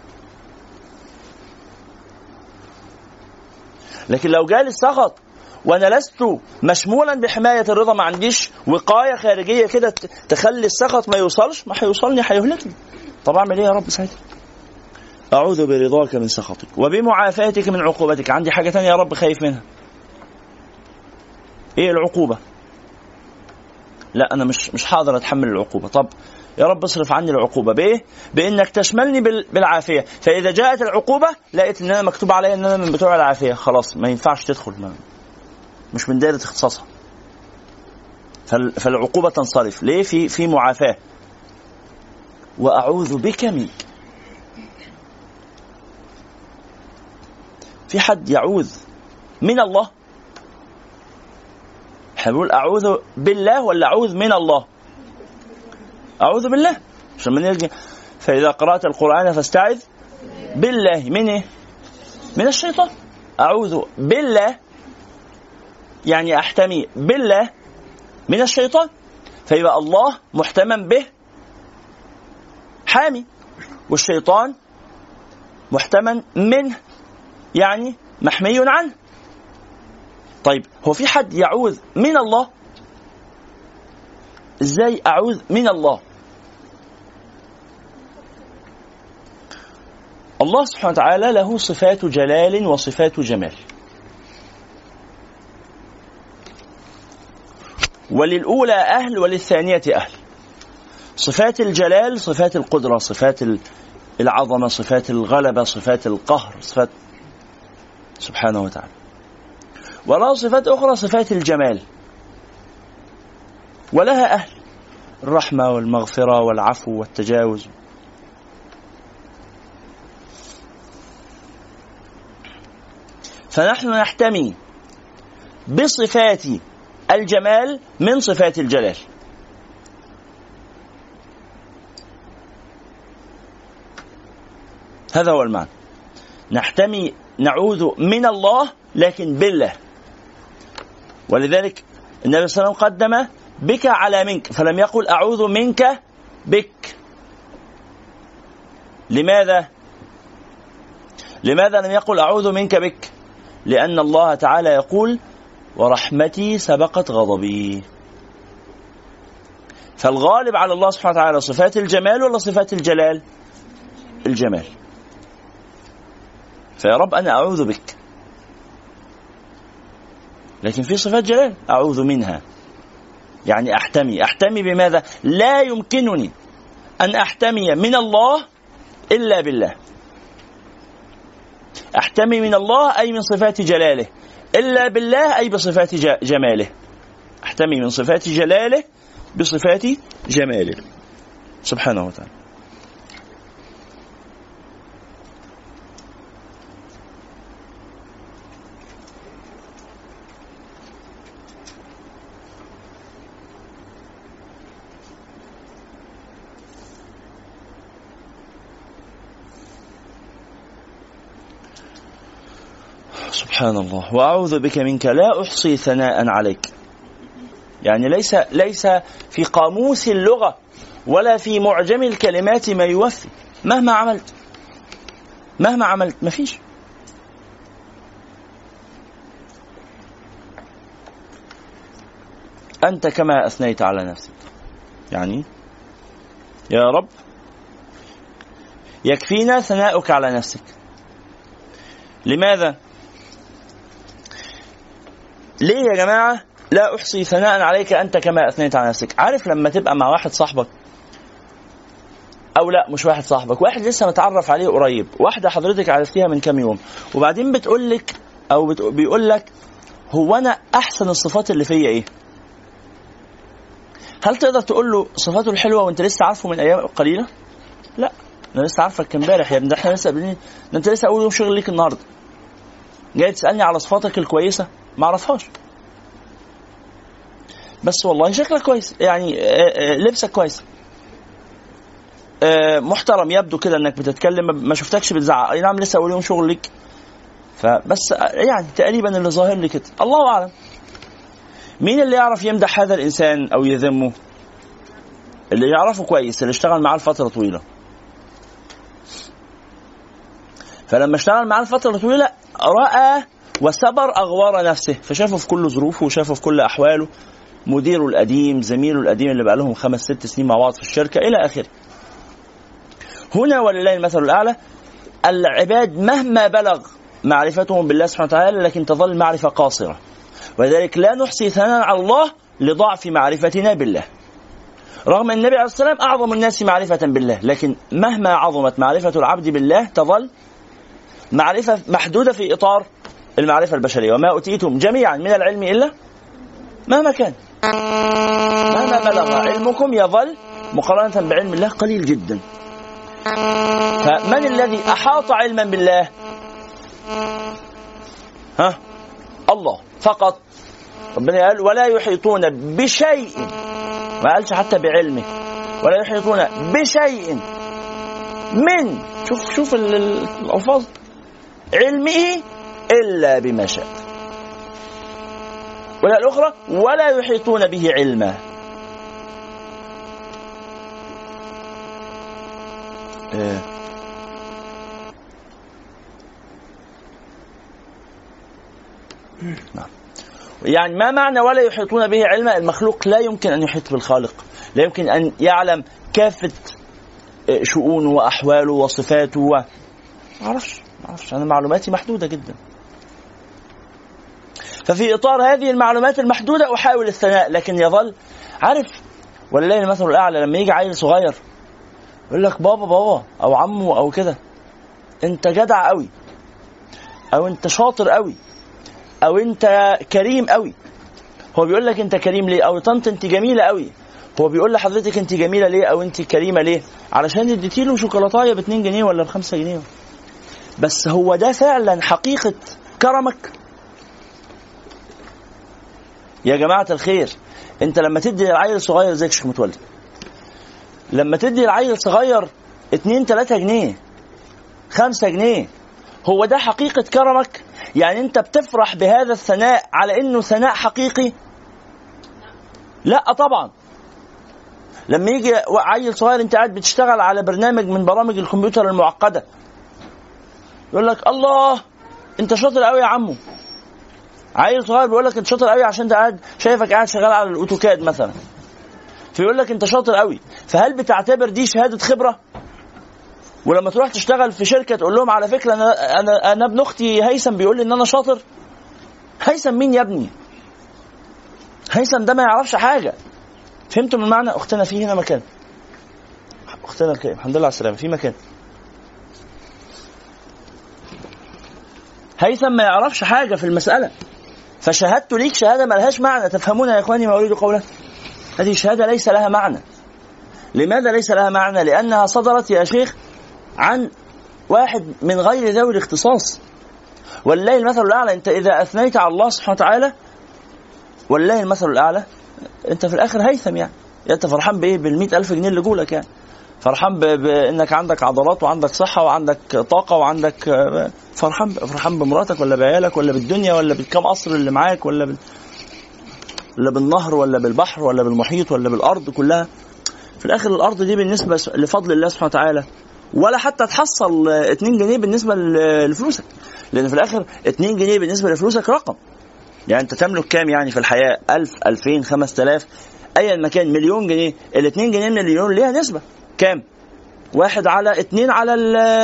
لكن لو جالي السخط وأنا لست مشمولا بحماية الرضا، ما عنديش وقاية خارجية كده تخلي السخط ما يوصلش، ما هيوصلني، هيهلكني. طب أعمل إيه يا رب ساعتها؟ أعوذ برضاك من سخطك وبمعافاتك من عقوبتك. عندي حاجة تانية يا رب خايف منها. إيه العقوبة؟ لا أنا مش مش هقدر أتحمل العقوبة. طب يا رب اصرف عني العقوبة بإيه؟ بإنك تشملني بالعافية. فإذا جاءت العقوبة لقيت إن أنا مكتوب عليا إن أنا من بتوع العافية، خلاص ما ينفعش تدخل، ما مش من دائرة اختصاصها. فالعقوبة تنصرف. ليه؟ في في معافاة. وأعوذ بك منك. في حد يعوذ من الله؟ حنقول أعوذ بالله ولا أعوذ من الله؟ أعوذ بالله عشان من يرجع. فإذا قرأت القرآن فاستعذ بالله من إيه؟ من الشيطان. أعوذ بالله يعني أحتمي بالله من الشيطان. فيبقى الله محتمى به حامي، والشيطان محتمى منه يعني محمي عنه. طيب هو في حد يعوذ من الله؟ ازاي أعوذ من الله؟ الله سبحانه وتعالى له صفات جلال وصفات جمال، وللأولى أهل وللثانية أهل. صفات الجلال صفات القدرة، صفات العظمة، صفات الغلبة، صفات القهر، صفات سبحانه وتعالى. وله صفات أخرى صفات الجمال، ولها أهل، الرحمة والمغفرة والعفو والتجاوز. فنحن نحتمي بصفات الجمال من صفات الجلال. هذا هو المعنى. نحتمي نعوذ من الله لكن بالله. ولذلك النبي صلى الله عليه وسلم قدم بك على منك، فلم يقل أعوذ منك بك. لماذا؟ لماذا لم يقل أعوذ منك بك؟ لأن الله تعالى يقول ورحمتي سبقت غضبي. فالغالب على الله سبحانه وتعالى صفات الجمال ولا صفات الجلال؟ الجمال. فيا رب أنا أعوذ بك، لكن في صفات جلال أعوذ منها، يعني أحتمي. أحتمي بماذا؟ لا يمكنني أن أحتمي من الله إلا بالله. أحتمي من الله أي من صفات جلاله، إلا بالله أي بصفات جماله. أحتمي من صفات جلاله بصفات جماله سبحانه وتعالى. سبحان الله. وأعوذ بك منك لا أحصي ثناء عليك. يعني ليس ليس في قاموس اللغة ولا في معجم الكلمات ما يوفي. مهما عملت مهما عملت ما فيش. أنت كما أثنيت على نفسك. يعني يا رب يكفينا ثناؤك على نفسك. لماذا؟ ليه يا جماعة لا أحصي ثناء عليك أنت كما أثنيت على نفسك؟ عارف لما تبقى مع واحد صاحبك، أو لا مش واحد صاحبك، واحد لسه متعرف عليه قريب، واحدة حضرتك عرفتيها من كام يوم، وبعدين بتقول لك أو بيقول لك هو أنا أحسن الصفات اللي فيا إيه؟ هل تقدر تقول له صفاته الحلوة وأنت لسه عارفه من أيام قليلة؟ لا، أنا لسه عارفك امبارح يا ابني، ده إحنا لسه قابلين، ده أنت لسه أول يوم شغل ليك النهاردة، جاي تسألني على صفاتك الكويسة؟ ما أعرفهاش، بس والله شكلك كويس، يعني لبسك كويس، محترم، يبدو كده انك بتتكلم، ما شفتكش بتزعق، اي نعم لسه اول يوم شغل لك، فبس يعني تقريبا اللي ظاهر لي كده، الله اعلم. مين اللي يعرف يمدح هذا الانسان او يذمه؟ اللي يعرفه كويس، اللي اشتغل معاه لفتره طويله. فلما اشتغل معاه لفتره طويله راى وسبر اغوار نفسه، فشافه في كل ظروفه وشافه في كل احواله، مديره القديم، زميله القديم اللي بقى لهم خمس ست سنين مع بعض في الشركه الى اخره. هنا ولله المثل الأعلى، العباد مهما بلغ معرفتهم بالله سبحانه وتعالى لكن تظل معرفة قاصرة، ولذلك لا نحصي ثناء على الله لضعف معرفتنا بالله، رغم أن النبي عليه الصلاة والسلام أعظم الناس معرفة بالله، لكن مهما عظمت معرفة العبد بالله تظل معرفة محدودة في إطار المعرفة البشرية. وما أوتيتم جميعا من العلم إلا مهما كان، مهما بلغ علمكم يظل مقارنة بعلم الله قليل جدا. فمن الذي أحاط علما بالله؟ ها؟ الله فقط. ربنا قال ولا يحيطون بشيء، ما قالش حتى بعلمه، ولا يحيطون بشيء من، شوف شوف الألفاظ، علمه إلا بما شاء. ولا الأخرى ولا يحيطون به علما. إيه. نعم. يعني ما معنى ولا يحيطون به علما؟ المخلوق لا يمكن أن يحيط بالخالق، لا يمكن أن يعلم كافة شؤونه وأحواله وصفاته و... معرفش معرفش أنا معلوماتي محدودة جدا. ففي إطار هذه المعلومات المحدودة أحاول الثناء، لكن يظل عارف. ولله المثل الأعلى، لما يجي عيل صغير يقول لك بابا بابا أو عمو أو كده، أنت جدع قوي، أو أنت شاطر قوي، أو أنت كريم قوي. هو بيقول لك أنت كريم ليه؟ أو طنط أنت جميلة قوي. هو بيقول لحضرتك أنت جميلة ليه أو أنت كريمة ليه؟ علشان اديتي له شوكولاتاية باتنين جنيه ولا بخمسة جنيه. بس هو ده فعلا حقيقة كرمك يا جماعة الخير؟ أنت لما تدي العيل صغير زي الشيخ متولي، لما تدي العيل صغير اتنين تلاتة جنيه خمسة جنيه، هو ده حقيقة كرمك؟ يعني أنت بتفرح بهذا الثناء على أنه ثناء حقيقي؟ لا طبعا. لما يجي عيل صغير أنت قاعد بتشتغل على برنامج من برامج الكمبيوتر المعقدة، يقول لك الله أنت شاطر قوي يا عمو. عيل صغير بيقول لك أنت شاطر قوي عشان أنت قاعد شايفك قاعد شغال على الأوتوكاد مثلا، فيقول لك أنت شاطر قوي. فهل بتعتبر دي شهادة خبرة؟ ولما تروح تشتغل في شركة تقول لهم على فكرة أنا, أنا, أنا ابن أختي هيثم بيقول لي إن أنا شاطر؟ هيثم مين يا ابني؟ هيثم ده ما يعرفش حاجة. فهمتوا من معنى أختنا في هنا مكان؟ أختنا الكريم الحمد لله على السلامة في مكان. هيثم ما يعرفش حاجة في المسألة، فشهادته ليك شهادة ما لهاش معنى. تفهمون يا إخواني ما أريد قوله؟ هذه الشهادة ليس لها معنى. لماذا ليس لها معنى؟ لأنها صدرت يا شيخ عن واحد من غير ذوي الاختصاص. والله المثل الأعلى، أنت إذا أثنيت على الله سبحانه وتعالى والله المثل الأعلى، أنت في الآخر هيثم. يعني أنت فرحان بإيه؟ بالمئة ألف جنيه اللي جولك، يعني فرحان بأنك عندك عضلات وعندك صحة وعندك طاقة وعندك فرحان فرحان بمراتك ولا بعيالك ولا بالدنيا ولا بالكم قصر اللي معاك ولا بال... ولا بالنهر ولا بالبحر ولا بالمحيط ولا بالأرض كلها. في الآخر الأرض دي بالنسبة لفضل الله سبحانه وتعالى ولا حتى تحصل اتنين جنيه بالنسبة لفلوسك، لأن في الآخر اتنين جنيه بالنسبة لفلوسك رقم. يعني أنت تملك كام يعني في الحياة؟ ألف ألفين خمس تلاف أي مكان، مليون جنيه. الاتنين جنيه من المليون ليها نسبة كام؟ واحد على اتنين على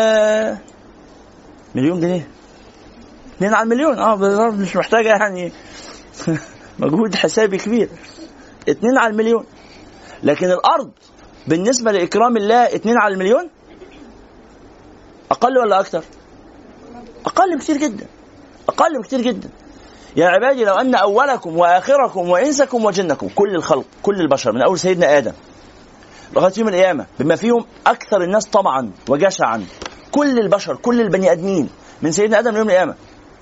المليون جنيه، اتنين على المليون. اه مش محتاجة يعني مجهود حسابي كبير، اتنين على المليون. لكن الأرض بالنسبة لإكرام الله اتنين على المليون أقل ولا أكتر؟ أقل بكتير جدا، أقل بكتير جدا. يا عبادي لو أن أولكم وآخركم وإنسكم وجنكم، كل الخلق كل البشر من أول سيدنا آدم لغاية يوم القيامة بما فيهم أكثر الناس طمعا وجشعا، كل البشر كل البني آدمين من سيدنا آدم ليوم القيامة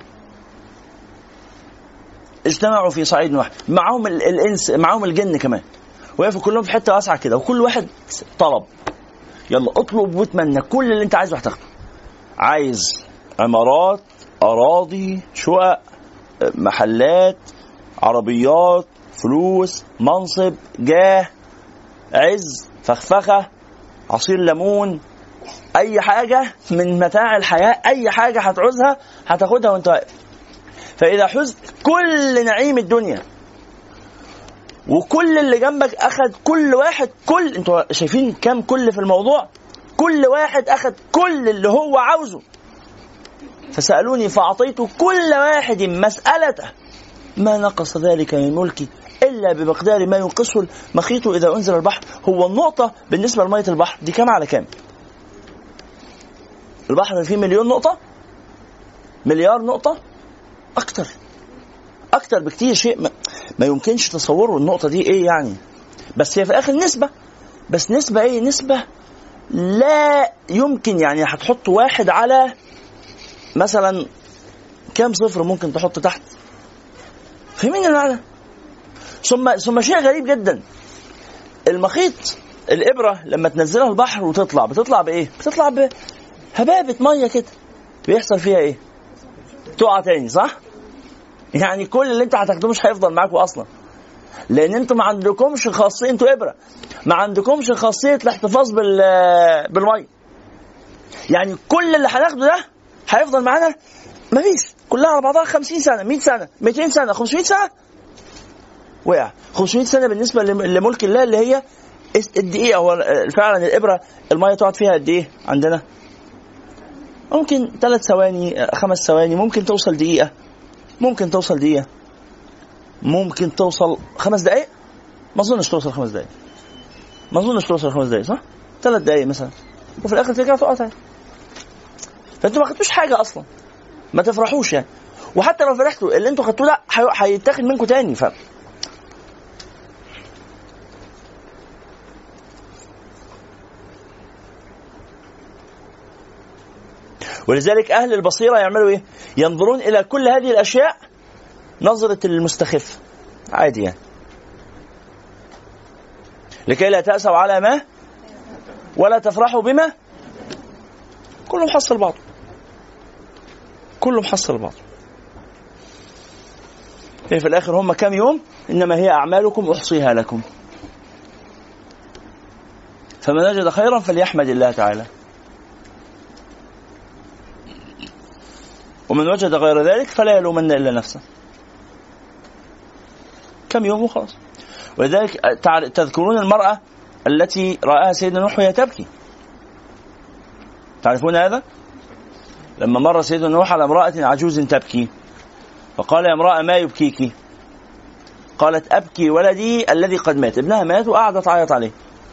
اجتمعوا في صعيد واحد، معهم الإنس معهم الجن كمان، وقفوا كلهم في حتة واسعة كده، وكل واحد طلب يلا اطلب واتمنى كل اللي انت عايزه هتاخده. عايز عمارات، أراضي، شقق، محلات، عربيات، فلوس، منصب، جاه، عز، فخفخة، عصير ليمون، أي حاجة من متاع الحياة، أي حاجة هتعوزها هتاخدها وانت واقف. فإذا حزت كل نعيم الدنيا وكل اللي جنبك أخذ كل واحد كل، انتوا شايفين كم كل في الموضوع؟ كل واحد أخذ كل اللي هو عاوزه. فسألوني فأعطيت كل واحد مسألته ما نقص ذلك من ملكي إلا إلا بمقدار ما ينقصه المخيط إذا أنزل البحر. هو النقطة بالنسبة لمية البحر دي كام على كام؟ البحر فيه مليون نقطة، مليار نقطة، أكتر أكتر بكتير، شيء ما, ما يمكنش تصوره النقطة دي إيه يعني. بس هي في الآخر نسبة، بس نسبة إيه؟ نسبة لا يمكن يعني هتحط واحد على مثلا كام صفر ممكن تحط تحت. فهمين المعنى؟ ثم ثم شيء غريب جدا، المخيط الإبرة لما تنزلها البحر وتطلع بتطلع بإيه؟ بتطلع بهبابة مية كده، بيحصل فيها إيه؟ تقع تاني، صح؟ يعني كل اللي انت هتاخدوه مش هيفضل معاكوا أصلا، لأن انتوا ما عندكمش خاصية، انتوا إبرة ما عندكمش خاصية الاحتفاظ بال بالمية. يعني كل اللي هناخده ده هيفضل معانا مفيش، كلها على بعضها خمسين سنة، مئة سنة، مئتين سنة، خمسمائة سنة، وقع. خمسمائة سنة بالنسبة لملك الله اللي هي الدقيقة. هو فعلا الإبرة المية تقعد فيها قد إيه عندنا؟ ممكن ثلاث ثواني، خمس ثواني، ممكن توصل دقيقة، ممكن توصل دقيقة، ممكن توصل خمس دقائق. ما أظنش توصل خمس دقائق، ما أظنش توصل خمس دقائق، صح؟ ثلاث دقائق مثلا، وفي الآخر ترجع تقع تاني. فأنتوا ما خدتوش حاجة أصلا، ما تفرحوش يعني. وحتى لو فرحتوا اللي انتوا خدتوه ده هيتاخد منكم تاني. ف ولذلك أهل البصيرة يعملوا إيه؟ ينظرون إلى كل هذه الأشياء نظرة المستخف، عادي يعني، لكي لا تأسوا على ما ولا تفرحوا بما. كله محصل بعض، كله محصل بعض. في الآخر هم كم يوم؟ إنما هي أعمالكم أحصيها لكم. فمن وجد خيرا فليحمد الله تعالى، ومن وجد غير ذلك فلا يلومن إلا نفسه. كم يوم وخلاص. ولذلك تذكرون المرأة التي رآها سيدنا نوح وهي تبكي، تعرفون هذا؟ لما مر سيدنا نوح على امرأة عجوز تبكي فقال يا امرأة ما يبكيك؟ قالت أبكي ولدي الذي قد مات، ابنها مات وقعدت تعيط عليه.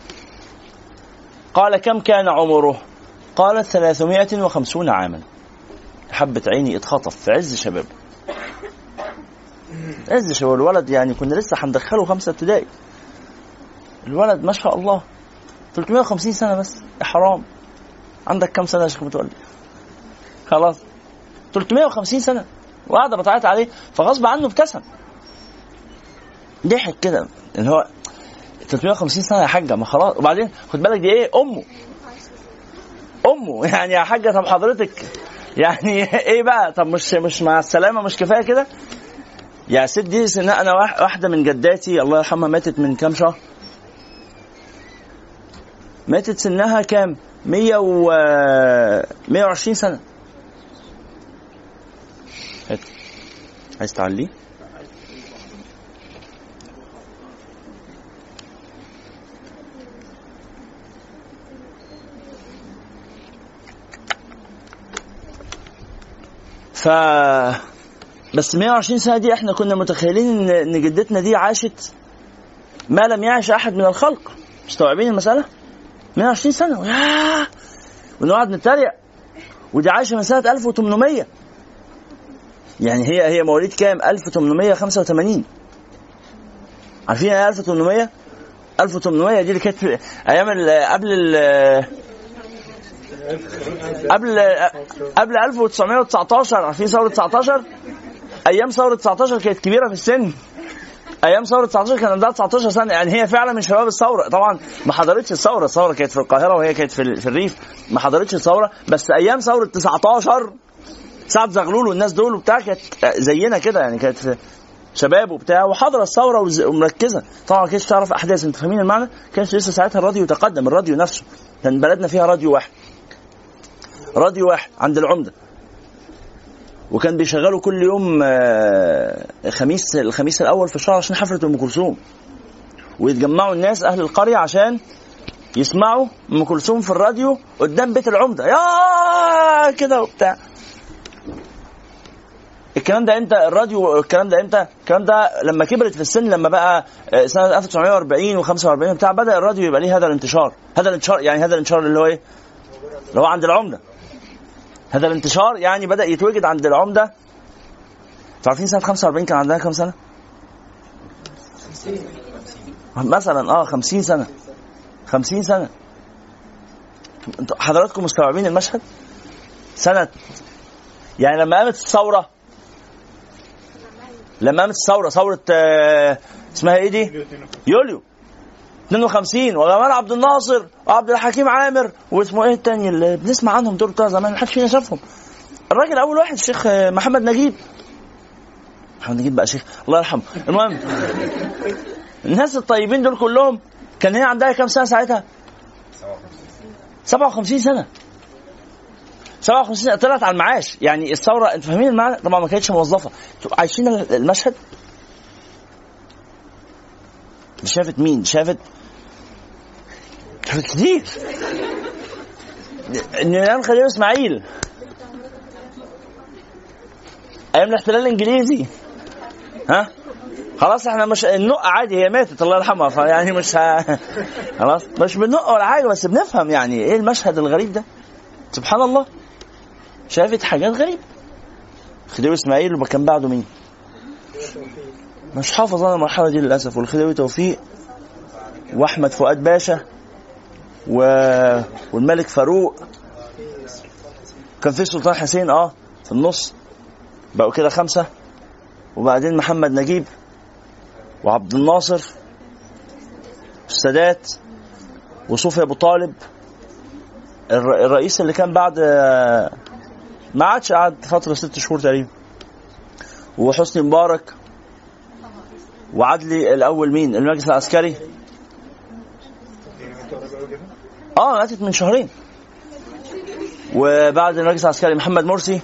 قال كم كان عمره؟ قالت ثلاثمائة وخمسون عاما. حبة عيني اتخطف في عز شبابه، عز شباب الولد، يعني كنا لسه هندخله خمسة ابتدائي. الولد ما شاء الله ثلاثمائة وخمسين سنة بس. يا حرام، عندك كم سنة يا شيخ متولي؟ خلاص ثلاثمائة وخمسين سنة وقاعدة بتعيط عليه، فغصب عنه ابتسم، ضحك كده ان هو ثلاثمائة وخمسين سنة يا حاجة، ما خلاص. وبعدين خد بالك دي ايه؟ امه امه يعني يا حاجة. طب حضرتك يعني ايه بقى؟ طب مش مش مع السلامة، مش كفاية كده يا ست؟ دي سنة انا واحدة من جداتي الله يرحمها ماتت من كام شهر، ماتت سنها كام؟ مية و مية وعشرين سنة. عايز تعلي؟ ف بس مية وعشرين سنة دي احنا كنا متخيلين ان جدتنا دي عاشت ما لم يعش احد من الخلق. مستوعبين المسألة؟ مية وعشرين سنة ياه، ونقعد نتريق. ودي عايشة من سنة ألف وثمانمائة، يعني هي هي مواليد كام؟ ألف وثمانمائة وخمسة وثمانين. عارفين ايه ألف وثمانمائة؟ ألف وثمانمائة دي اللي كانت ايام قبل ال قبل قبل ألف وتسعمائة وتسعة عشر. عارفين ثورة تسعة عشر؟ ايام ثورة تسعة عشر كانت كبيرة في السن. ايام ثورة تسعة عشر كان عندها تسعة عشر سنة، يعني هي فعلا من شباب الثورة. طبعا ما حضرتش الثورة، الثورة كانت في القاهرة وهي كانت في, في الريف، ما حضرتش الثورة. بس ايام ثورة تسعة عشر سعد زغلول والناس دول وبتاع كانت زينا كده، يعني كانت في شباب وبتاع وحضر الثورة ومركزة. طبعا ما كانتش تعرف احداث، انت فاهمين المعنى؟ كانش لسه ساعتها الراديو تقدم، الراديو نفسه كان بلدنا فيها راديو واحد، راديو واحد عند العمدة، وكان بيشغلوا كل يوم خميس الخميس الأول في الشهر عشان حفلة أم كلثوم، ويتجمعوا الناس أهل القرية عشان يسمعوا أم كلثوم في الراديو قدام بيت العمدة، يا كده وبتاع. الكلام ده امتى؟ الراديو الكلام ده امتى؟ الكلام ده لما كبرت في السن، لما بقى سنه ألف وتسعمائة وأربعين وخمسة وأربعين بتاع، بدا الراديو يبقى ليه هذا الانتشار. هذا الانتشار يعني هذا الانتشار اللي هو ايه؟ اللي هو عند العمده. هذا الانتشار يعني بدا يتوجد عند العمده. عارفين سنه خمسة وأربعين كان عندنا كم سنه مثلا؟ اه خمسين سنه. خمسين سنه. انتوا حضراتكم مستوعبين المشهد؟ سنه يعني لما قامت الثوره، لما قامت الثوره ثوره آه اسمها ايه دي؟ يوليو اثنين وخمسين، وجمال عبد الناصر وعبد الحكيم عامر واسمه ايه التاني اللي بنسمع عنهم دول بتوع زمان محدش فينا شافهم. الراجل اول واحد الشيخ محمد نجيب. محمد نجيب بقى شيخ الله يرحمه. المهم الناس الطيبين دول كلهم كان هي عندها كام سنه ساعتها؟ سبعة وخمسين سنه. سبعة وخمسين سنه طلعت على المعاش. يعني الثوره انتوا فاهمين المعنى؟ طبعا ما كانتش موظفه. عايشين المشهد. شافت مين؟ شافت شافت كتير. نيران خليل اسماعيل ايام الاحتلال الانجليزي. ها خلاص احنا مش النق عادي، هي ماتت الله يرحمها، فيعني مش ه... خلاص مش بنق ولا حاجه، بس بنفهم يعني ايه المشهد الغريب ده. سبحان الله. شافت حاجات غريبه. خديوي اسماعيل وكان بعده مين؟ مش حافظ انا المرحله دي للاسف. والخديوي توفيق واحمد فؤاد باشا و... والملك فاروق. كان في سلطان حسين اه في النص، بقوا كده خمسه. وبعدين محمد نجيب وعبد الناصر والسادات وصوفي ابو طالب. الرئيس اللي كان بعد ما عادش قعد فتره ست شهور تقريبا. وحسني مبارك وعدلي الاول. مين؟ المجلس العسكري. اه ماتت من شهرين. وبعد المجلس العسكري محمد مرسي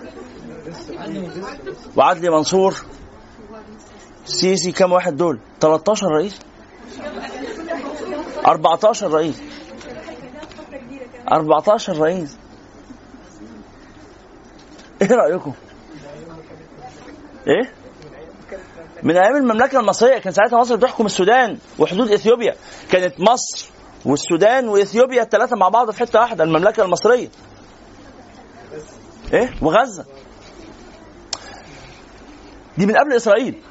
وعدلي منصور. سيسي. كم واحد دول؟ ثلاثة عشر رئيس. أربعة عشر رئيس. أربعة عشر رئيس. ايه رأيكم؟ ايه؟ من ايام المملكة المصرية. كان ساعتها مصر بتحكم السودان وحدود اثيوبيا. كانت مصر والسودان واثيوبيا الثلاثة مع بعض في حتة واحدة، المملكة المصرية. ايه؟ وغزة دي من قبل اسرائيل.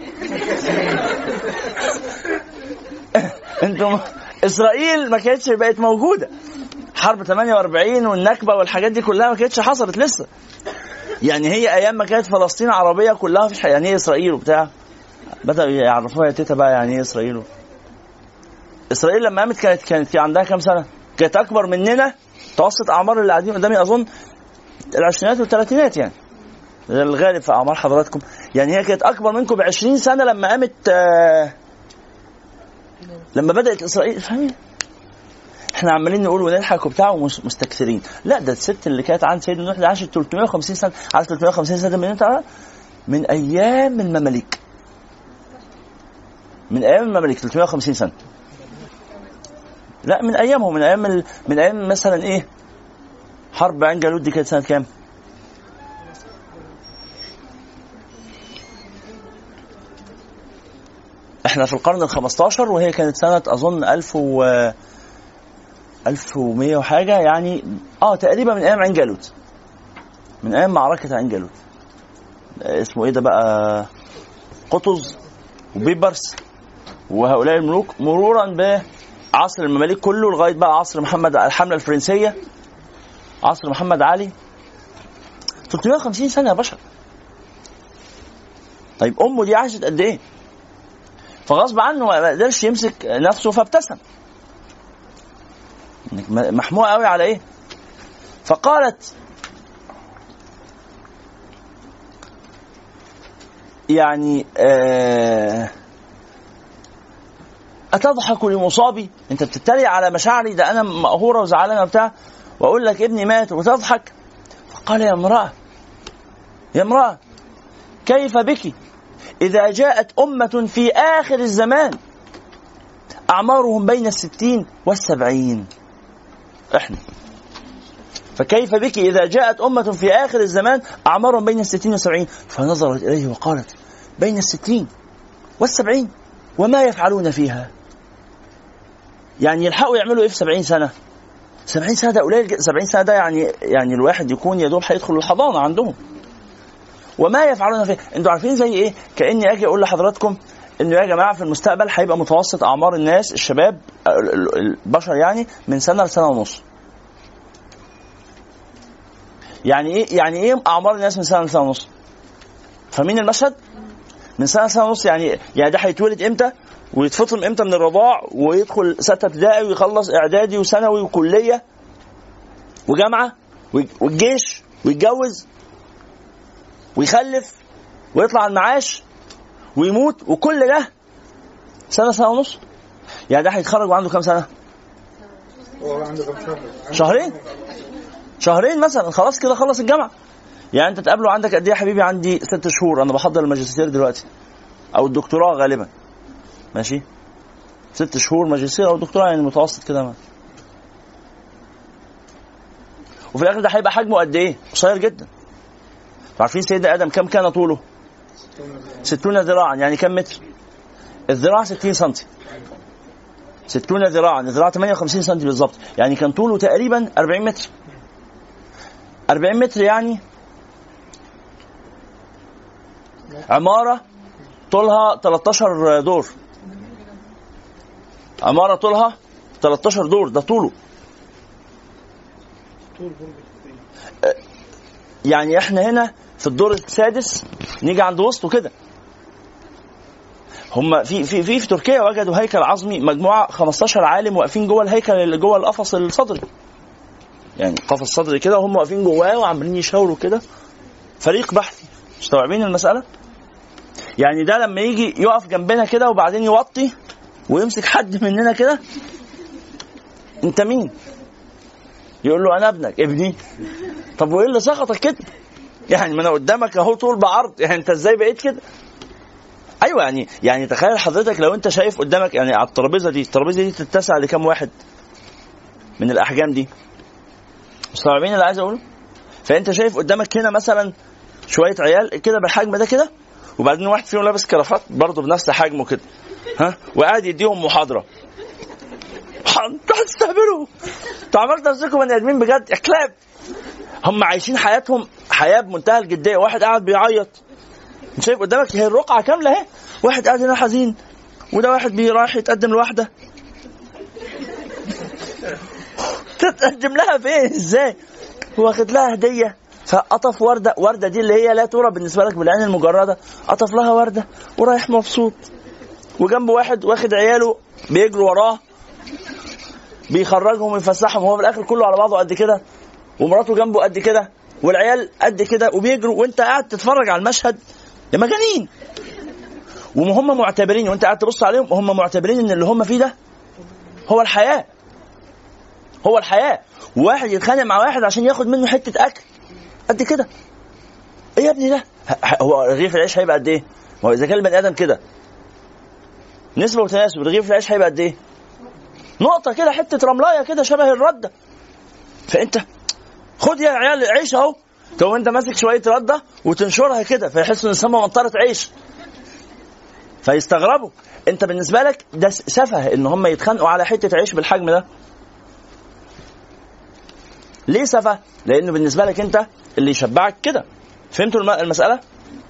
انتم اسرائيل ما كانتش بقت موجودة. حرب ثمانية وأربعين والنكبة والحاجات دي كلها ما كانتش حصلت لسه. يعني هي ايام ما كانت فلسطين عربية كلها في يعني ايه اسرائيل وبتاع، بدأوا يعرفوها يا تيتا بقى يعني ايه اسرائيل. اسرائيل لما قامت كانت كانت في عندها كام سنة؟ كانت اكبر مننا. متوسط اعمار اللي قاعدين قدامي اظن العشرينات والثلاثينات، يعني الغالب في اعمار حضراتكم. يعني هي كانت اكبر منكم بعشرين سنة لما قامت آه لما بدأت اسرائيل. فاهمين؟ احنا عمالين نقول ونضحك وبتاع ومستكثرين. لا ده الست اللي كانت عند سيدنا نوح عاشت ثلاثمائة وخمسين سنة. عاشت ثلاثمائة وخمسين سنة من امتى؟ من ايام المماليك. من ايام المماليك ثلاثمائة وخمسين سنة. لا من ايامهم، من ايام ال... من ايام مثلا ايه حرب عين جالوت دي كانت سنة كام؟ احنا في القرن الخمستاشر وهي كانت سنة اظن ألف و ألف ومية وحاجة يعني. اه تقريبا من ايام عين جالوت، من ايام معركة عين جالوت. اسمه ايه ده بقى؟ قطز وبيبرس وهؤلاء الملوك، مرورا بعصر المماليك كله لغاية بقى عصر محمد الحملة الفرنسية، عصر محمد علي. ثلاثمائة وخمسين سنة يا بشر. طيب امه دي عاشت قد ايه؟ فغصب عنه ما قدرش يمسك نفسه فابتسم. محموق قوي على ايه؟ فقالت يعني آه أتضحك لمصابي؟ انت بتتريق على مشاعري، ده انا مقهورة وزعلانة بتاع، واقول لك ابني مات وتضحك. فقال يا امرأة يا امرأة كيف بك إذا جاءت أمة في آخر الزمان أعمارهم بين الستين والسبعين. إحنا فكيف بك إذا جاءت أمة في آخر الزمان أعمارهم بين الستين والسبعين؟ فنظرت إليه وقالت بين الستين والسبعين وما يفعلون فيها؟ يعني يلحقوا يعملوا إيه في سبعين سنة؟ سبعين سنة ده قليل. سبعين سنة ده يعني يعني الواحد يكون يدوب هيدخل الحضانة عندهم. وما يفعلون فيها، انتوا عارفين زي ايه؟ كأني اجي اقول لحضراتكم انه يا جماعة في المستقبل هيبقى متوسط اعمار الناس الشباب البشر يعني من سنة لسنة ونص. يعني ايه يعني ايه اعمار الناس من سنة لسنة ونص؟ فاهمين المشهد؟ من سنة لسنة ونص يعني يعني ده هيتولد امتى ويتفطم امتى من الرضاع ويدخل ستة ابتدائي ويخلص اعدادي وثانوي وكلية وجامعة والجيش ويتجوز ويخلف ويطلع المعاش ويموت، وكل ده سنة سنة ونص. يعني ده هيتخرج وعنده كام سنة؟ شهرين شهرين مثلا، خلاص كده خلص الجامعة. يعني انت تقابله عندك قد ايه يا حبيبي؟ عندي ست شهور، انا بحضر الماجستير دلوقتي او الدكتوراه غالبا، ماشي؟ ست شهور ماجستير او دكتوراه يعني متوسط كده ما. وفي الاخر ده هيبقى حجمه قد ايه؟ قصير جدا. عارفين سيدنا آدم كم كان طوله؟ ستون ذراعا. يعني كم متر؟ الذراع ستين سنتي. ستون ذراعا، الذراع ثمانية وخمسين سنتي بالضبط. يعني كان طوله تقريبا أربعين متر. أربعين متر يعني عمارة طولها ثلاثة عشر دور. عمارة طولها ثلاثة عشر دور، ده طوله. يعني احنا هنا في الدور السادس نيجي عند وسطه كده. هم في في في في تركيا وجدوا هيكل عظمي، مجموعه خمستاشر عالم واقفين جوه الهيكل اللي جوه القفص الصدري، يعني قفص صدري كده وهم واقفين جواه وعمالين يشاوروا كده، فريق بحثي. مستوعبين المساله؟ يعني ده لما يجي يقف جنبنا كده وبعدين يوطي ويمسك حد مننا كده، انت مين؟ يقول له انا ابنك. ابني؟ طب وايه اللي سقطك كده؟ يعني ما انا قدامك اهو طول بعرض، يعني انت ازاي بقيت كده؟ ايوه يعني يعني تخيل حضرتك لو انت شايف قدامك يعني على الترابيزه دي، الترابيزه دي تتسع لكام واحد من الاحجام دي؟ مستوعبين اللي عايز اقوله؟ فانت شايف قدامك هنا مثلا شويه عيال كده بالحجم ده كده، وبعدين واحد فيهم لابس كرافات برضه بنفس حجمه كده، ها، وقاعد يديهم محاضره. انتوا هتستهبلوا، انتوا عملتوا نفسكم بني ادمين بجد يا كلاب. هم عايشين حياتهم حياه بمنتهى الجديه، واحد قاعد بيعيط. انت شايف قدامك هي الرقعه كامله اهي، واحد قاعد هنا حزين، وده واحد بيرايح يتقدم لواحده. تتقدم لها فين؟ ازاي؟ واخد لها هديه، فقطف ورده. ورده دي اللي هي لا ترى بالنسبه لك بالعين المجرده، قطف لها ورده ورايح مبسوط، وجنبه واحد واخد عياله بيجروا وراه بيخرجهم ويفسحهم، وهو في الاخر كله على بعضه قد كده، ومراته جنبه قد كده، والعيال قد كده وبيجروا، وانت قاعد تتفرج على المشهد يا مجانين. وهم معتبرين، وانت قاعد تبص عليهم وهم معتبرين ان اللي هم فيه ده هو الحياه، هو الحياه. وواحد يتخانق مع واحد عشان ياخد منه حته اكل قد كده. ايه يا ابني ده؟ هو رغيف العيش هيبقى قد ايه؟ ما هو اذا كان البني ادم كده نسبه وتناسب، رغيف العيش هيبقى قد ايه؟ نقطه كده، حته رملايه كده شبه الرده. فانت خد يا عيال عيش اهو، تو انت ماسك شويه رده وتنشرها كده، فيحسوا ان السما منطره عيش، فيستغربوا. انت بالنسبه لك ده سفه ان هم يتخانقوا على حته عيش بالحجم ده. ليه سفه؟ لانه بالنسبه لك انت اللي يشبعك كده. فهمتوا المساله؟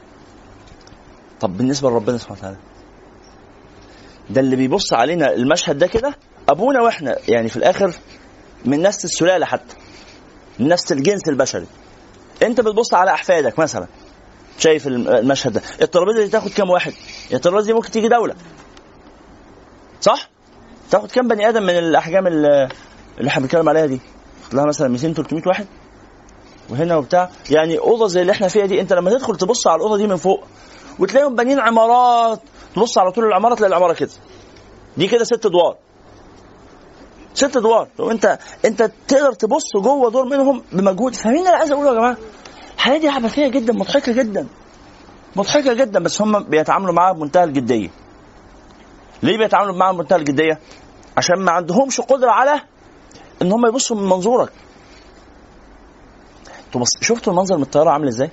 طب بالنسبه لربنا سبحانه وتعالى، ده اللي بيبص علينا المشهد ده كده ابونا واحنا يعني في الاخر من نفس السلاله، حتى من نفس الجنس البشري. انت بتبص على احفادك مثلا، شايف المشهد ده، الترابيزه دي تاخد كام واحد؟ الترابيزه دي ممكن تيجي دوله، صح؟ تاخد كام بني ادم من الاحجام اللي احنا بنتكلم عليها دي؟ لها مثلا مئتين ثلاثمئة واحد، وهنا وبتاع. يعني اوضه زي اللي احنا فيها دي، انت لما تدخل تبص على الاوضه دي من فوق وتلاقيهم بانيين عمارات، تبص على طول العماره تلاقي العماره كده، دي كده ست ادوار، ست ادوار. لو انت انت تقدر تبص جوه دور منهم بمجهود. فاهمين اللي عايز اقوله يا جماعه؟ الحياه دي عبثيه جدا، مضحكه جدا، مضحكه جدا، بس هم بيتعاملوا معاها بمنتهى الجديه. ليه بيتعاملوا معاها بمنتهى الجديه؟ عشان ما عندهمش قدره على ان هم يبصوا من منظورك. تبص شفتوا المنظر من الطياره عامل ازاي؟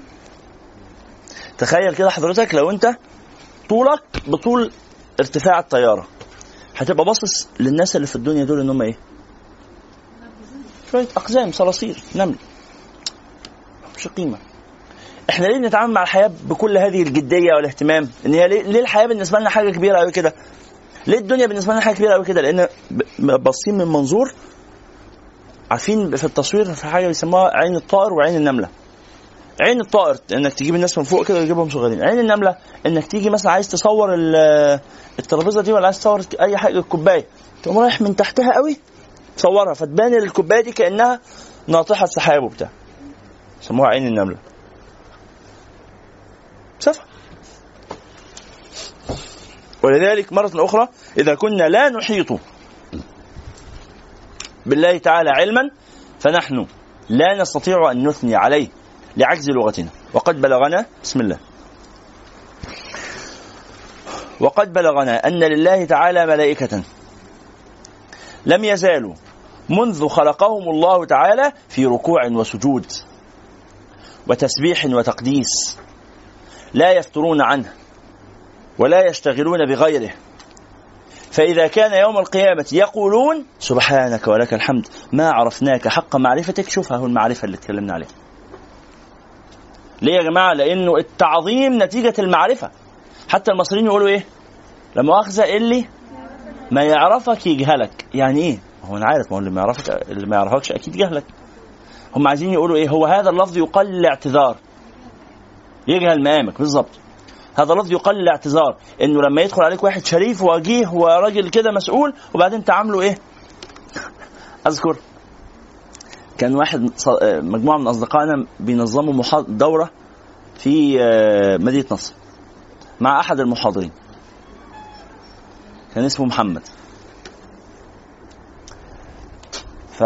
تخيل كده حضرتك لو انت طولك بطول ارتفاع الطياره، هتبقى باصص للناس اللي في الدنيا دول انهم ايه؟ شويه اقزام، صراصير، نمل، مش قيمه. احنا ليه بنتعامل مع الحياه بكل هذه الجديه والاهتمام؟ ان هي ليه, ليه الحياه بالنسبه لنا حاجه كبيره قوي كده؟ ليه الدنيا بالنسبه لنا حاجه كبيره قوي كده؟ لان باصين من منظور، عارفين في التصوير في حاجه بيسموها عين الطائر وعين النمله. عين الطائر انك تجيب الناس من فوق كده وتجيبهم صغيرين، عين النمله انك تيجي مثلا عايز تصور الترابيزه دي ولا عايز تصور اي حاجه، الكوبايه، تقوم رايح من تحتها قوي تصورها فتبان الكوبايه دي كانها ناطحه سحاب وبتاع، يسموها عين النمله. سفه. ولذلك مرة أخرى إذا كنا لا نحيط بالله تعالى علما فنحن لا نستطيع أن نثني عليه لعجز لغتنا. وقد بلغنا بسم الله وقد بلغنا أن لله تعالى ملائكة لم يزالوا منذ خلقهم الله تعالى في ركوع وسجود وتسبيح وتقديس لا يفترون عنه ولا يشتغلون بغيره، فإذا كان يوم القيامة يقولون سبحانك ولك الحمد ما عرفناك حق معرفتك. شوف اهو المعرفة اللي اتكلمنا عليها. ليه يا جماعة؟ لأنه التعظيم نتيجة المعرفة. حتى المصريين يقولوا ايه؟ لما أخذ اللي ما يعرفك يجهلك. يعني ايه؟ هو أنا عارف، ما هو اللي ما يعرفك اللي ما يعرفكش أكيد جهلك. هم عايزين يقولوا ايه؟ هو هذا اللفظ يقل الاعتذار، يجهل مقامك بالضبط. هذا لفظ يقل الاعتذار، انه لما يدخل عليك واحد شريف ووجيه وراجل كده مسؤول وبعدين تعامله ايه؟ اذكر كان واحد مجموعه من اصدقائنا بينظموا دوره في مدينه نصر مع احد المحاضرين، كان اسمه محمد. ف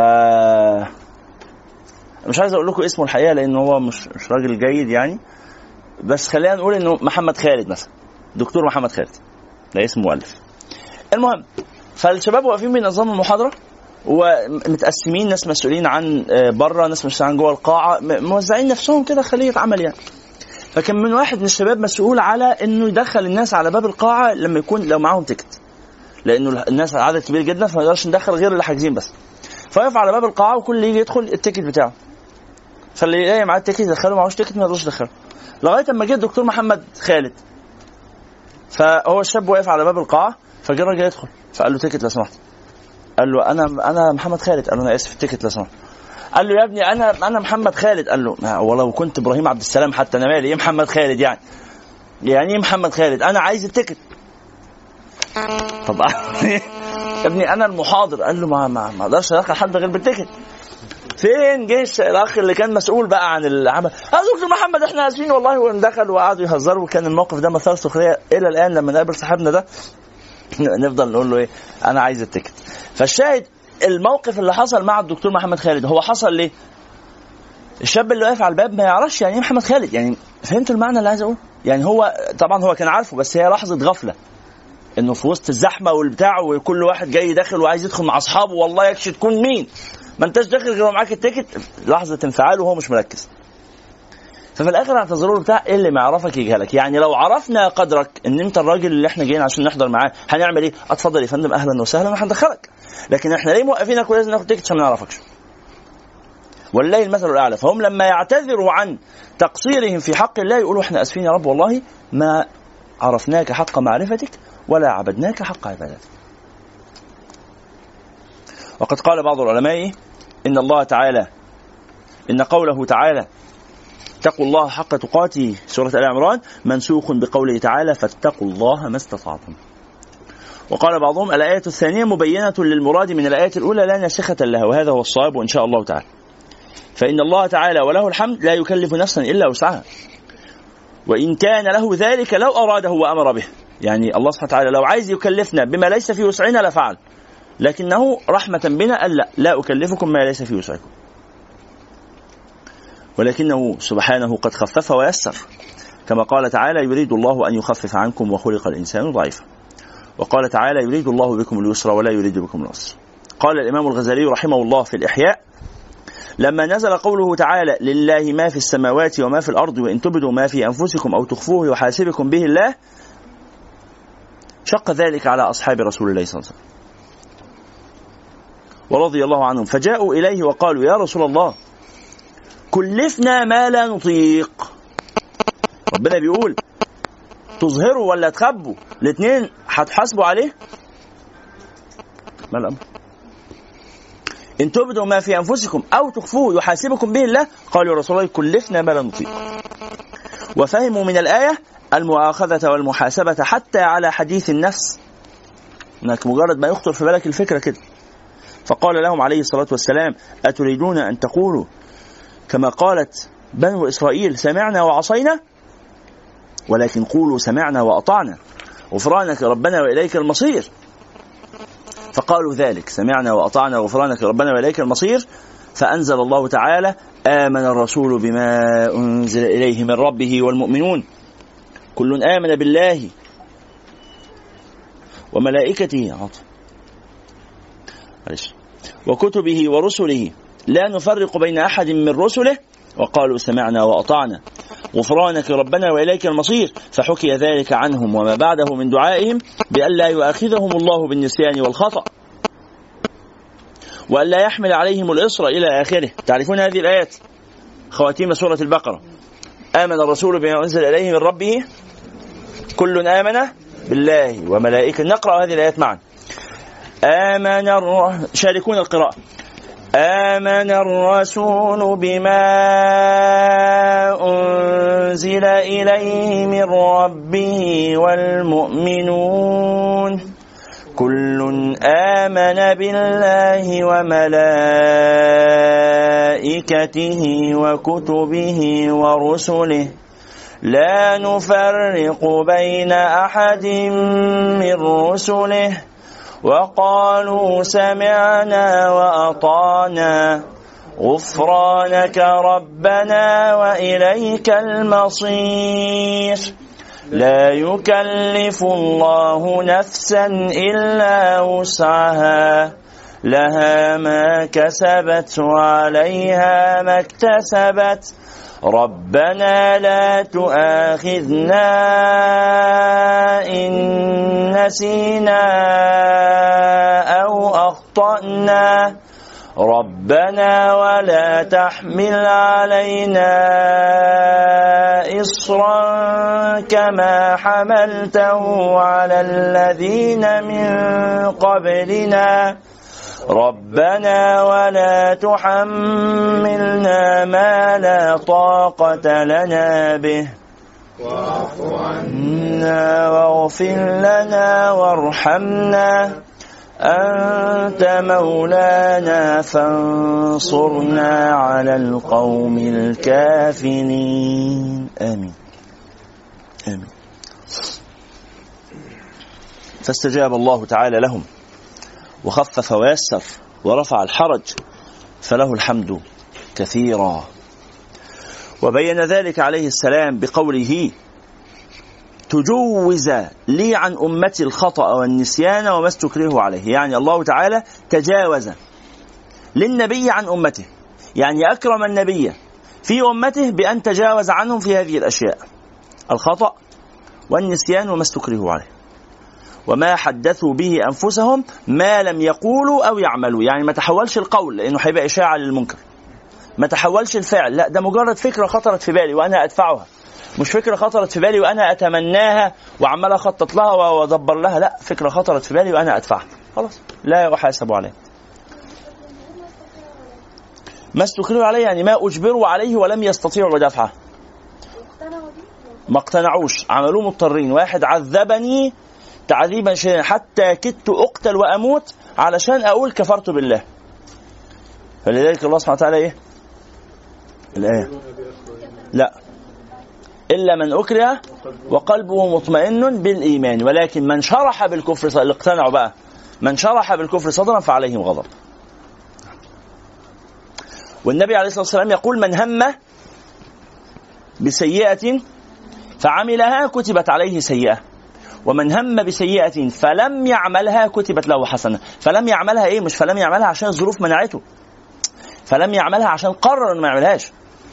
مش عايز اقول لكم اسمه الحقيقه لانه هو مش مش راجل جيد يعني، بس خلينا نقول انه محمد خالد مثلا، دكتور محمد خالد، ده اسم مؤلف. المهم، فالشباب واقفين بينظموا المحاضره ومتقسمين، ناس مسؤولين عن بره، ناس مسؤولين عن جوه القاعه، موزعين نفسهم كده خليه عمل يعني. فكان من واحد من الشباب مسؤول على انه يدخل الناس على باب القاعه لما يكون لو معاهم تيكت، لانه الناس عدد كبير جدا فما نقدرش ندخل غير اللي حاجزين بس. فيقف على باب القاعه وكل اللي يجي يدخل التيكت بتاعه، فاللي جاي معاه التيكت يدخله، معهوش تيكت ما يقدرش يدخله. لغايه اما جه الدكتور محمد خالد، فهو الشاب واقف على باب القاعه، فجه الراجل يدخل فقال له تيكت لو سمحت. قال له انا انا محمد خالد. قال له انا اسف التيكت لو سمحت. قال له يا ابني انا انا محمد خالد. قال له ولو كنت ابراهيم عبد السلام حتى انا مالي ايه محمد خالد يعني يعني ايه محمد خالد؟ انا عايز التيكت. طب يا ابني انا المحاضر. قال له ما ما اقدرش ادخل حد غير بالتيكت. فين جيش الاخ اللي كان مسؤول بقى عن العمل؟ قال دكتور محمد احنا اسفين والله، وندخل وقعدوا يهزروا، وكان الموقف ده مثار سخريه الى الان. لما نقابل صاحبنا ده نفضل نقول له ايه انا عايز التيكت. فالشاهد الموقف اللي حصل مع الدكتور محمد خالد هو حصل ليه؟ الشاب اللي واقف على الباب ما يعرفش يعني ايه محمد خالد. يعني فهمتوا المعنى اللي عايز اقوله؟ يعني هو طبعا هو كان عارفه، بس هي لحظه غفله انه في وسط الزحمه والبتاع وكل واحد جاي داخل وعايز يدخل مع اصحابه، والله يكش تكون مين، ما انتش داخل غير معاك التيكت. لحظه انفعال وهو مش مركز. ففي الاخر اعتذروا له بتاع اللي ما يعرفك يجهلك. يعني لو عرفنا قدرك ان انت الراجل اللي احنا جايين عشان نحضر معاه هنعمل ايه؟ اتفضل يا فندم اهلا وسهلا وهندخلك. لكن احنا ليه موقفينك ولازم ناخد تيكت عشان ما نعرفكش؟ والله المثل الاعلى. فهم لما يعتذروا عن تقصيرهم في حق الله يقولوا احنا اسفين يا رب والله ما عرفناك حق معرفتك ولا عبدناك حق عبادتك. وقد قال بعض العلماء إن الله تعالى إن قوله تعالى اتقوا الله حق تقاته سورة آل عمران منسوخ بقوله تعالى فاتقوا الله ما استطعتم. وقال بعضهم الآية الثانية مبينة للمراد من الآية الأولى لا ناسخة لها، وهذا هو الصواب وإن شاء الله تعالى. فإن الله تعالى وله الحمد لا يكلف نفسا إلا وسعها، وإن كان له ذلك لو أراده وأمر به. يعني الله سبحانه وتعالى لو عايز يكلفنا بما ليس في وسعنا لفعل، لكنه رحمة بنا قال لا, لا أكلفكم ما ليس في وسعكم، ولكنه سبحانه قد خفف ويسر، كما قال تعالى يريد الله أن يخفف عنكم وخلق الإنسان ضعيفا. وقال تعالى يريد الله بكم اليسر ولا يريد بكم العسر. قال الإمام الغزالي رحمه الله في الإحياء لما نزل قوله تعالى لله ما في السماوات وما في الأرض وإن تبدوا ما في أنفسكم أو تخفوه يحاسبكم به الله، شق ذلك على أصحاب رسول الله صلى الله عليه وسلم ورضي الله عنهم، فجاءوا إليه وقالوا يا رسول الله كلفنا ما لا نطيق. ربنا بيقول تظهروا ولا تخبوا الاثنين هتحاسبوا عليه، ما الأمر؟ إن تبدوا ما في أنفسكم أو تخفوه يحاسبكم به الله. قالوا يا رسول الله كلفنا ما لا نطيق. وفهموا من الآية المؤاخذة والمحاسبة حتى على حديث النفس، إنك مجرد ما يخطر في بالك الفكرة كده. فقال لهم عليه الصلاة والسلام أتريدون أن تقولوا كما قالت بنو إسرائيل سمعنا وعصينا، ولكن قولوا سمعنا وأطعنا غفرانك ربنا وإليك المصير. فقالوا ذلك سمعنا وأطعنا غفرانك ربنا وإليك المصير. فأنزل الله تعالى آمن الرسول بما أنزل إليه من ربه والمؤمنون كل آمن بالله وملائكته وكتبه ورسله لا نفرق بين أحد من رسله وقالوا سمعنا وأطعنا غفرانك ربنا وإليك المصير. فحكي ذلك عنهم وما بعده من دعائهم بأن لا يؤاخذهم الله بالنسيان والخطأ وأن لا يحمل عليهم الإصر إلى آخره. تعرفون هذه الآيات خواتيم سورة البقرة. آمن الرسول بما أنزل إليه من ربه كل آمن بالله وملائكته. نقرأ هذه الآيات معا. آمن الر... شاركون القراءة. آمن الرسول بما أنزل إليه من ربه والمؤمنون كل آمن بالله وملائكته وكتبه ورسله لا نفرق بين أحد من رسله وقالوا سمعنا وأطعنا غفرانك ربنا وإليك المصير. لا يكلف الله نفسا إلا وسعها لها ما كسبت وعليها ما اكتسبت ربنا لا تؤاخذنا إن نسينا أو أخطأنا ربنا ولا تحمل علينا إصرا كما حملته على الذين من قبلنا ربنا ولا تحملنا ما لا طاقة لنا به واعف عنا واغفر لنا وارحمنا أنت مولانا فانصرنا على القوم الكافرين. آمين آمين. فاستجاب الله تعالى لهم وخفف ويسر ورفع الحرج فله الحمد كثيرا. وبين ذلك عليه السلام بقوله تجوز لي عن أمتي الخطأ والنسيان وما استكرهوا عليه. يعني الله تعالى تجاوز للنبي عن أمته، يعني أكرم النبي في أمته بأن تجاوز عنهم في هذه الأشياء الخطأ والنسيان وما استكرهوا عليه وما حدثوا به أنفسهم ما لم يقولوا أو يعملوا. يعني ما تحولش القول لأنه هيبقى إشاعة للمنكر، ما تحولش الفعل، لا ده مجرد فكرة خطرت في بالي وأنا أدفعها، مش فكرة خطرت في بالي وأنا أتمناها وعمال أخطط لها وأدبر لها، لا فكرة خطرت في بالي وأنا أدفعها، خلاص لا أحاسب عليه. ما استكرهوا عليه يعني ما أجبروا عليه ولم يستطيعوا دفعه، ما اقتنعوش، عملوه مضطرين. واحد عذبني تعذيبا شديدا حتى كدت أقتل وأموت علشان أقول كفرت بالله. فلذلك الله سبحانه وتعالى إيه الآية لا إلا من أكره وقلبه مطمئن بالإيمان ولكن من شرح بالكفر اللي اقتنعوا بقى من شرح بالكفر صدرا فعليهم غضب. والنبي عليه الصلاة والسلام يقول من هم بسيئة فعملها كتبت عليه سيئة ومن هم بسيئة فلم يعملها كتبت له حسنة. فلم يعملها إيه؟ مش فلم يعملها عشان الظروف منعته، فلم يعملها عشان قرر انه ما يعملهاش،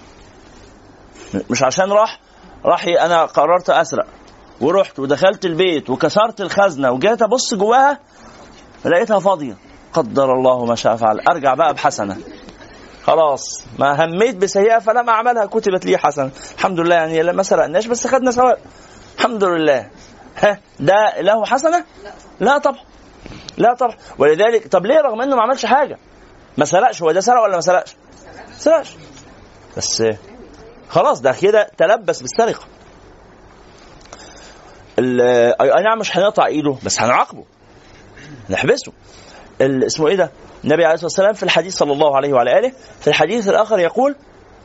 مش عشان راح راح انا قررت اسرق ورحت ودخلت البيت وكسرت الخزنه وجيت ابص جواها لقيتها فاضيه، قدر الله ما شاء فعل، ارجع بقى بحسنه، خلاص ما هميت بسيئه فلما اعملها كتبت لي حسنه، الحمد لله. يعني ما سرقناش بس خدنا ثواب، الحمد لله. ها ده له حسنه؟ لا طبعا، لا طبعا. ولذلك طب ليه رغم انه ما عملش حاجه ما سرقش؟ هو ده سرق ولا ما سرقش؟ سرقش، بس خلاص ده كده تلبس بالسرقه. اي نعم مش هنقطع ايده بس هنعاقبه، نحبسه. اسمه ايه ده؟ النبي عليه الصلاه والسلام في الحديث صلى الله عليه وعلى اله في الحديث الاخر يقول: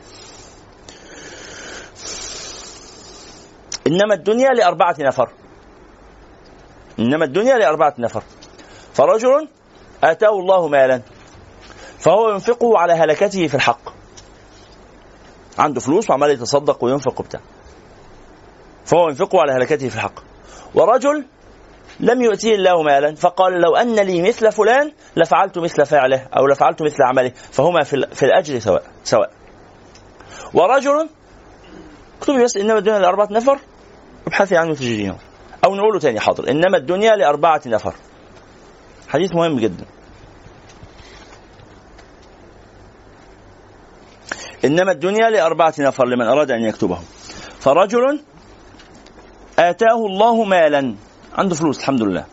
انما الدنيا لاربعه نفر، انما الدنيا لاربعه نفر، فرجل اتاه الله مالا فهو ينفقه على هلكته في الحق، عنده فلوس وعمال يتصدق وينفق وبتاع، فهو ينفقه على هلكته في الحق. ورجل لم يؤتيه الله مالا فقال: لو أن لي مثل فلان لفعلت مثل فعله أو لفعلت مثل عمله، فهما في الأجر سواء سواء. ورجل اكتبي بس إنما الدنيا لأربعة نفر ابحثي عنه تجدينه، أو نقوله تاني حاضر، إنما الدنيا لأربعة نفر، حديث مهم جدا. إنما الدنيا لأربعة نفر لمن أراد أن يكتبه، فرجل آتاه الله مالا، عنده فلوس الحمد لله،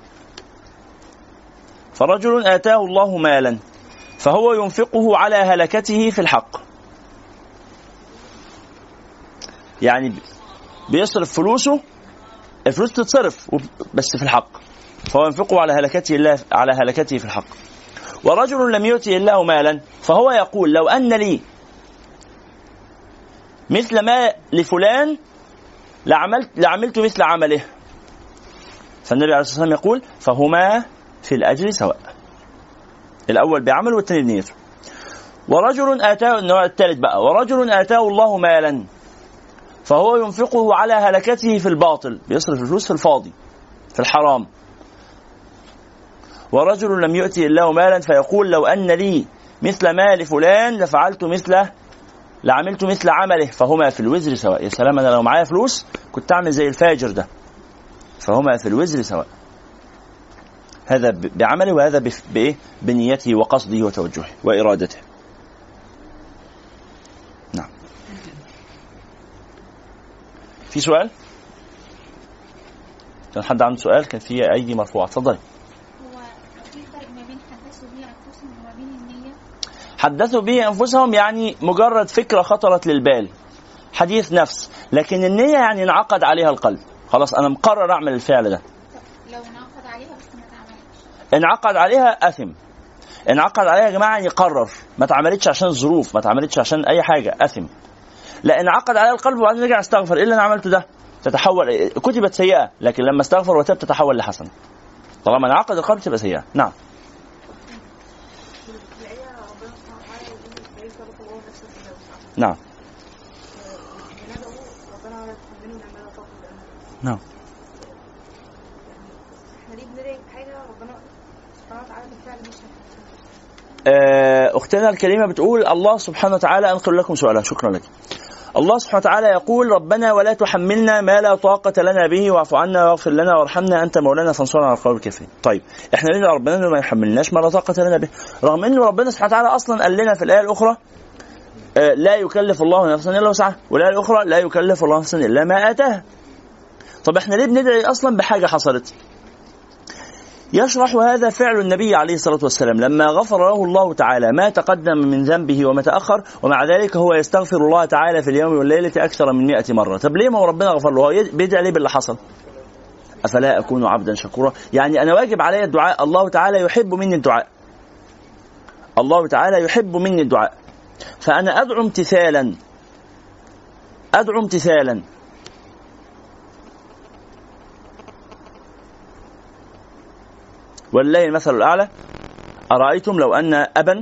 فرجل آتاه الله مالا فهو ينفقه على هلكته في الحق، يعني بيصرف فلوسه، الفلوس تتصرف بس في الحق، فهو ينفقه على هلكته الله على هلكته في الحق. ورجل لم يؤتي الله مالا فهو يقول: لو أن لي مثل ما لفلان لعملت لعملت مثل عمله، فالنبي عليه الصلاة والسلام يقول: فهما في الأجر سواء، الأول بعمل والثاني بنيته. ورجل آتاه، النوع الثالث بقى، ورجل آتاه الله مالا فهو ينفقه على هلكته في الباطل، بيصرف الفلوس في الفاضي في الحرام. ورجل لم يؤتي الله مالا فيقول: لو أن لي مثل ما لفلان لفعلت مثله لعملت مثل عمله، فهما في الوزر سواء. يا سلام، أنا لو معايا فلوس كنت أعمل زي الفاجر ده، فهما في الوزر سواء، هذا بعمله وهذا بإيه؟ بنيته وقصده وتوجهه وإرادته. نعم. في سؤال؟ كان حد عنده سؤال؟ كان في أيدي مرفوعة، تفضلي. هو في فرق ما بين حدثوا به أنفسهم وما بين النية؟ حدثوا به أنفسهم يعني مجرد فكرة خطرت للبال، حديث نفس، لكن النية يعني انعقد عليها القلب، خلاص أنا مقرر أعمل الفعل ده. لو انعقد عليها بس ما تعملش، انعقد عليها أثم، انعقد عليها يا جماعة يعني قرر، ما تعملتش عشان الظروف، ما تعملتش عشان أي حاجة، أثم. لا، انعقد عليها القلب وبعدين نرجع استغفر، إيه اللي أنا عملته ده؟ تتحول، كتبت سيئة لكن لما استغفر وتاب تتحول لحسن، طالما انعقد القلب تبقى سيئة. نعم. نعم. نعم. أختنا الكريمة بتقول: الله سبحانه وتعالى، أنقل لكم سؤالها، شكرا لك. الله سبحانه وتعالى يقول: ربنا ولا تحملنا ما لا طاقة لنا به واعف عنا واغفر لنا وارحمنا أنت مولانا فانصرنا على القوم الكافرين. طيب احنا ليه ربنا إنه ما يحملناش ما لا طاقة لنا به، رغم إنه ربنا سبحانه وتعالى أصلا قال لنا في الآية الأخرى: لا يكلف الله نفسا إلا وسعها، والآية الأخرى: لا يكلف الله نفسا إلا ما آتاها. طب احنا ليه بندعي أصلا بحاجة حصلت؟ يشرح هذا فعل النبي عليه الصلاة والسلام لما غفر له الله تعالى ما تقدم من ذنبه وما تأخر، ومع ذلك هو يستغفر الله تعالى في اليوم والليلة أكثر من مئة مرة. طب ليه ما ربنا غفر له؟ بيدعي ليه باللي حصل؟ أفلا أكون عبدا شكورا؟ يعني أنا واجب علي الدعاء، الله تعالى يحب مني الدعاء، الله تعالى يحب مني الدعاء، فأنا أدعو امتثالا، أدعو امتثالا. والله المثل الأعلى: أرأيتم لو أن أبا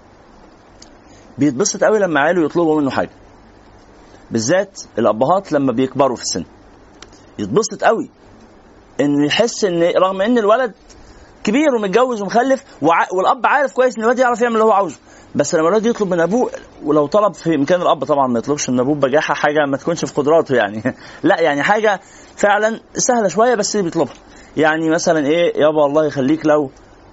بيتبسط قوي لما عياله يطلبوا منه حاجة، بالذات الأبهات لما بيكبروا في السن يتبسط قوي إن يحس إن رغم إن الولد كبير ومتجوز ومخلف وع... والاب عارف كويس ان الواد يعرف يعمل اللي هو عاوزه، بس لما الواد يطلب من ابوه، ولو طلب في امكان الاب طبعا ما يطلبش من ابوه بجاحه حاجه ما تكونش في قدراته يعني لا يعني حاجه فعلا سهله شويه بس اللي بيطلبها، يعني مثلا ايه يابا الله يخليك لو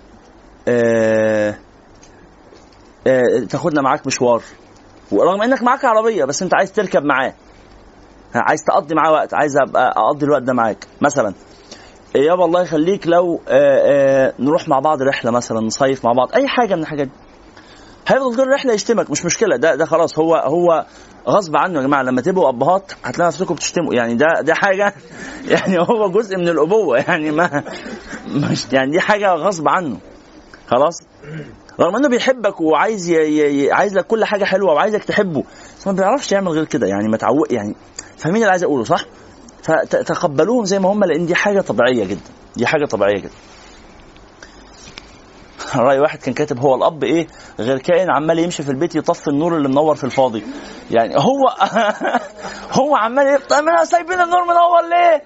آه آه تاخدنا معاك مشوار، ورغم انك معاك عربيه بس انت عايز تركب معاه، عايز تقضي معاه وقت، عايز ابقى اقضي الوقت ده معاك مثلا. يابا الله يخليك لو آآ آآ نروح مع بعض رحله مثلا، نصيف مع بعض، اي حاجه من الحاجات دي. هيفضل طول الرحله يشتمك مش مشكله، ده ده خلاص هو هو غصب عنه يا جماعه. لما تبقوا ابهات هتلاقوا نفسكم بتشتموا، يعني ده ده حاجه يعني هو جزء من الابوه يعني، ما مش يعني دي حاجه غصب عنه خلاص، رغم انه بيحبك وعايز ي... ي... عايز لك كل حاجه حلوه وعايزك تحبه، بس ما بيعرفش يعمل غير كده يعني، ما تعود يعني. فاهمين اللي عايز اقوله صح؟ فتقبلوهم زي ما هم، لان دي حاجه طبيعيه جدا، دي حاجه طبيعيه جدا. رأي واحد كان كاتب هو الاب ايه غير كائن عمال يمشي في البيت يطفي النور اللي منور في الفاضي، يعني هو هو عمال يطفي، انا سايبين النور منور ليه؟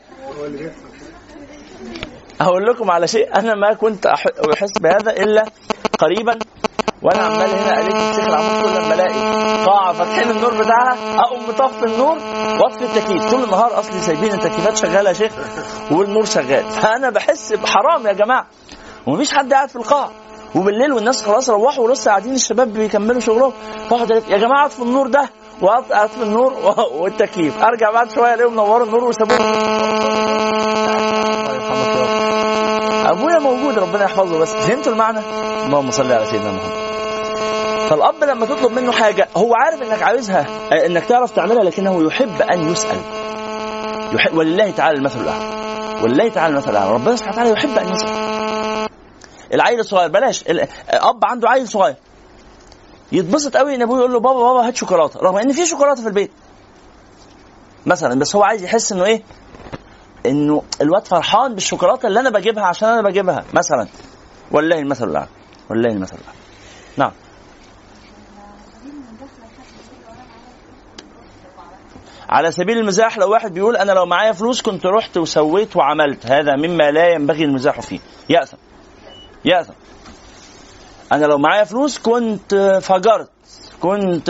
هقول لكم على شيء، انا ما كنت احس بهذا الا قريبا، وانا عمال هنا قالت الشيخ العمود كل لما الاقي قاعه فاتحين النور بتاعها اقوم مطفي النور واطفي التكييف طول النهار، اصلي سايبين التكييفات شغاله يا شيخ والنور شغال، فانا بحس بحرام يا جماعه، ومفيش حد قاعد في القاعه، وبالليل والناس خلاص روحوا ولسه قاعدين الشباب بيكملوا شغلهم، فواحد يا جماعه اطفوا النور ده واطفي النور والتكييف، ارجع بعد شويه الاقيهم نوروا النور وسابوه. ابويا موجود ربنا يحفظه، بس فهمتوا المعنى؟ اللهم صل على سيدنا محمد. فالاب لما تطلب منه حاجه هو عارف انك عايزها انك تعرف تعملها، لكنه يحب ان يسال، يحب، ولله تعالى المثل الاعلى، ولله تعالى المثل الاعلى، ربنا سبحانه وتعالى يحب ان يسال. العيل الصغير بلاش اب عنده عيل صغير يتبسط قوي ان ابوه يقول له بابا بابا هات شوكولاته، رغم ان في شوكولاته في البيت مثلا، بس هو عايز يحس انه ايه، انه الواد فرحان بالشوكولاته اللي انا بجيبها عشان انا بجيبها مثلا، والله المثل الاعلى، والله المثل الاعلى. نعم. على سبيل المزاح لو واحد بيقول انا لو معايا فلوس كنت رحت وسويت وعملت، هذا مما لا ينبغي المزاح فيه، يأثم يأثم. انا لو معايا فلوس كنت فجرت، كنت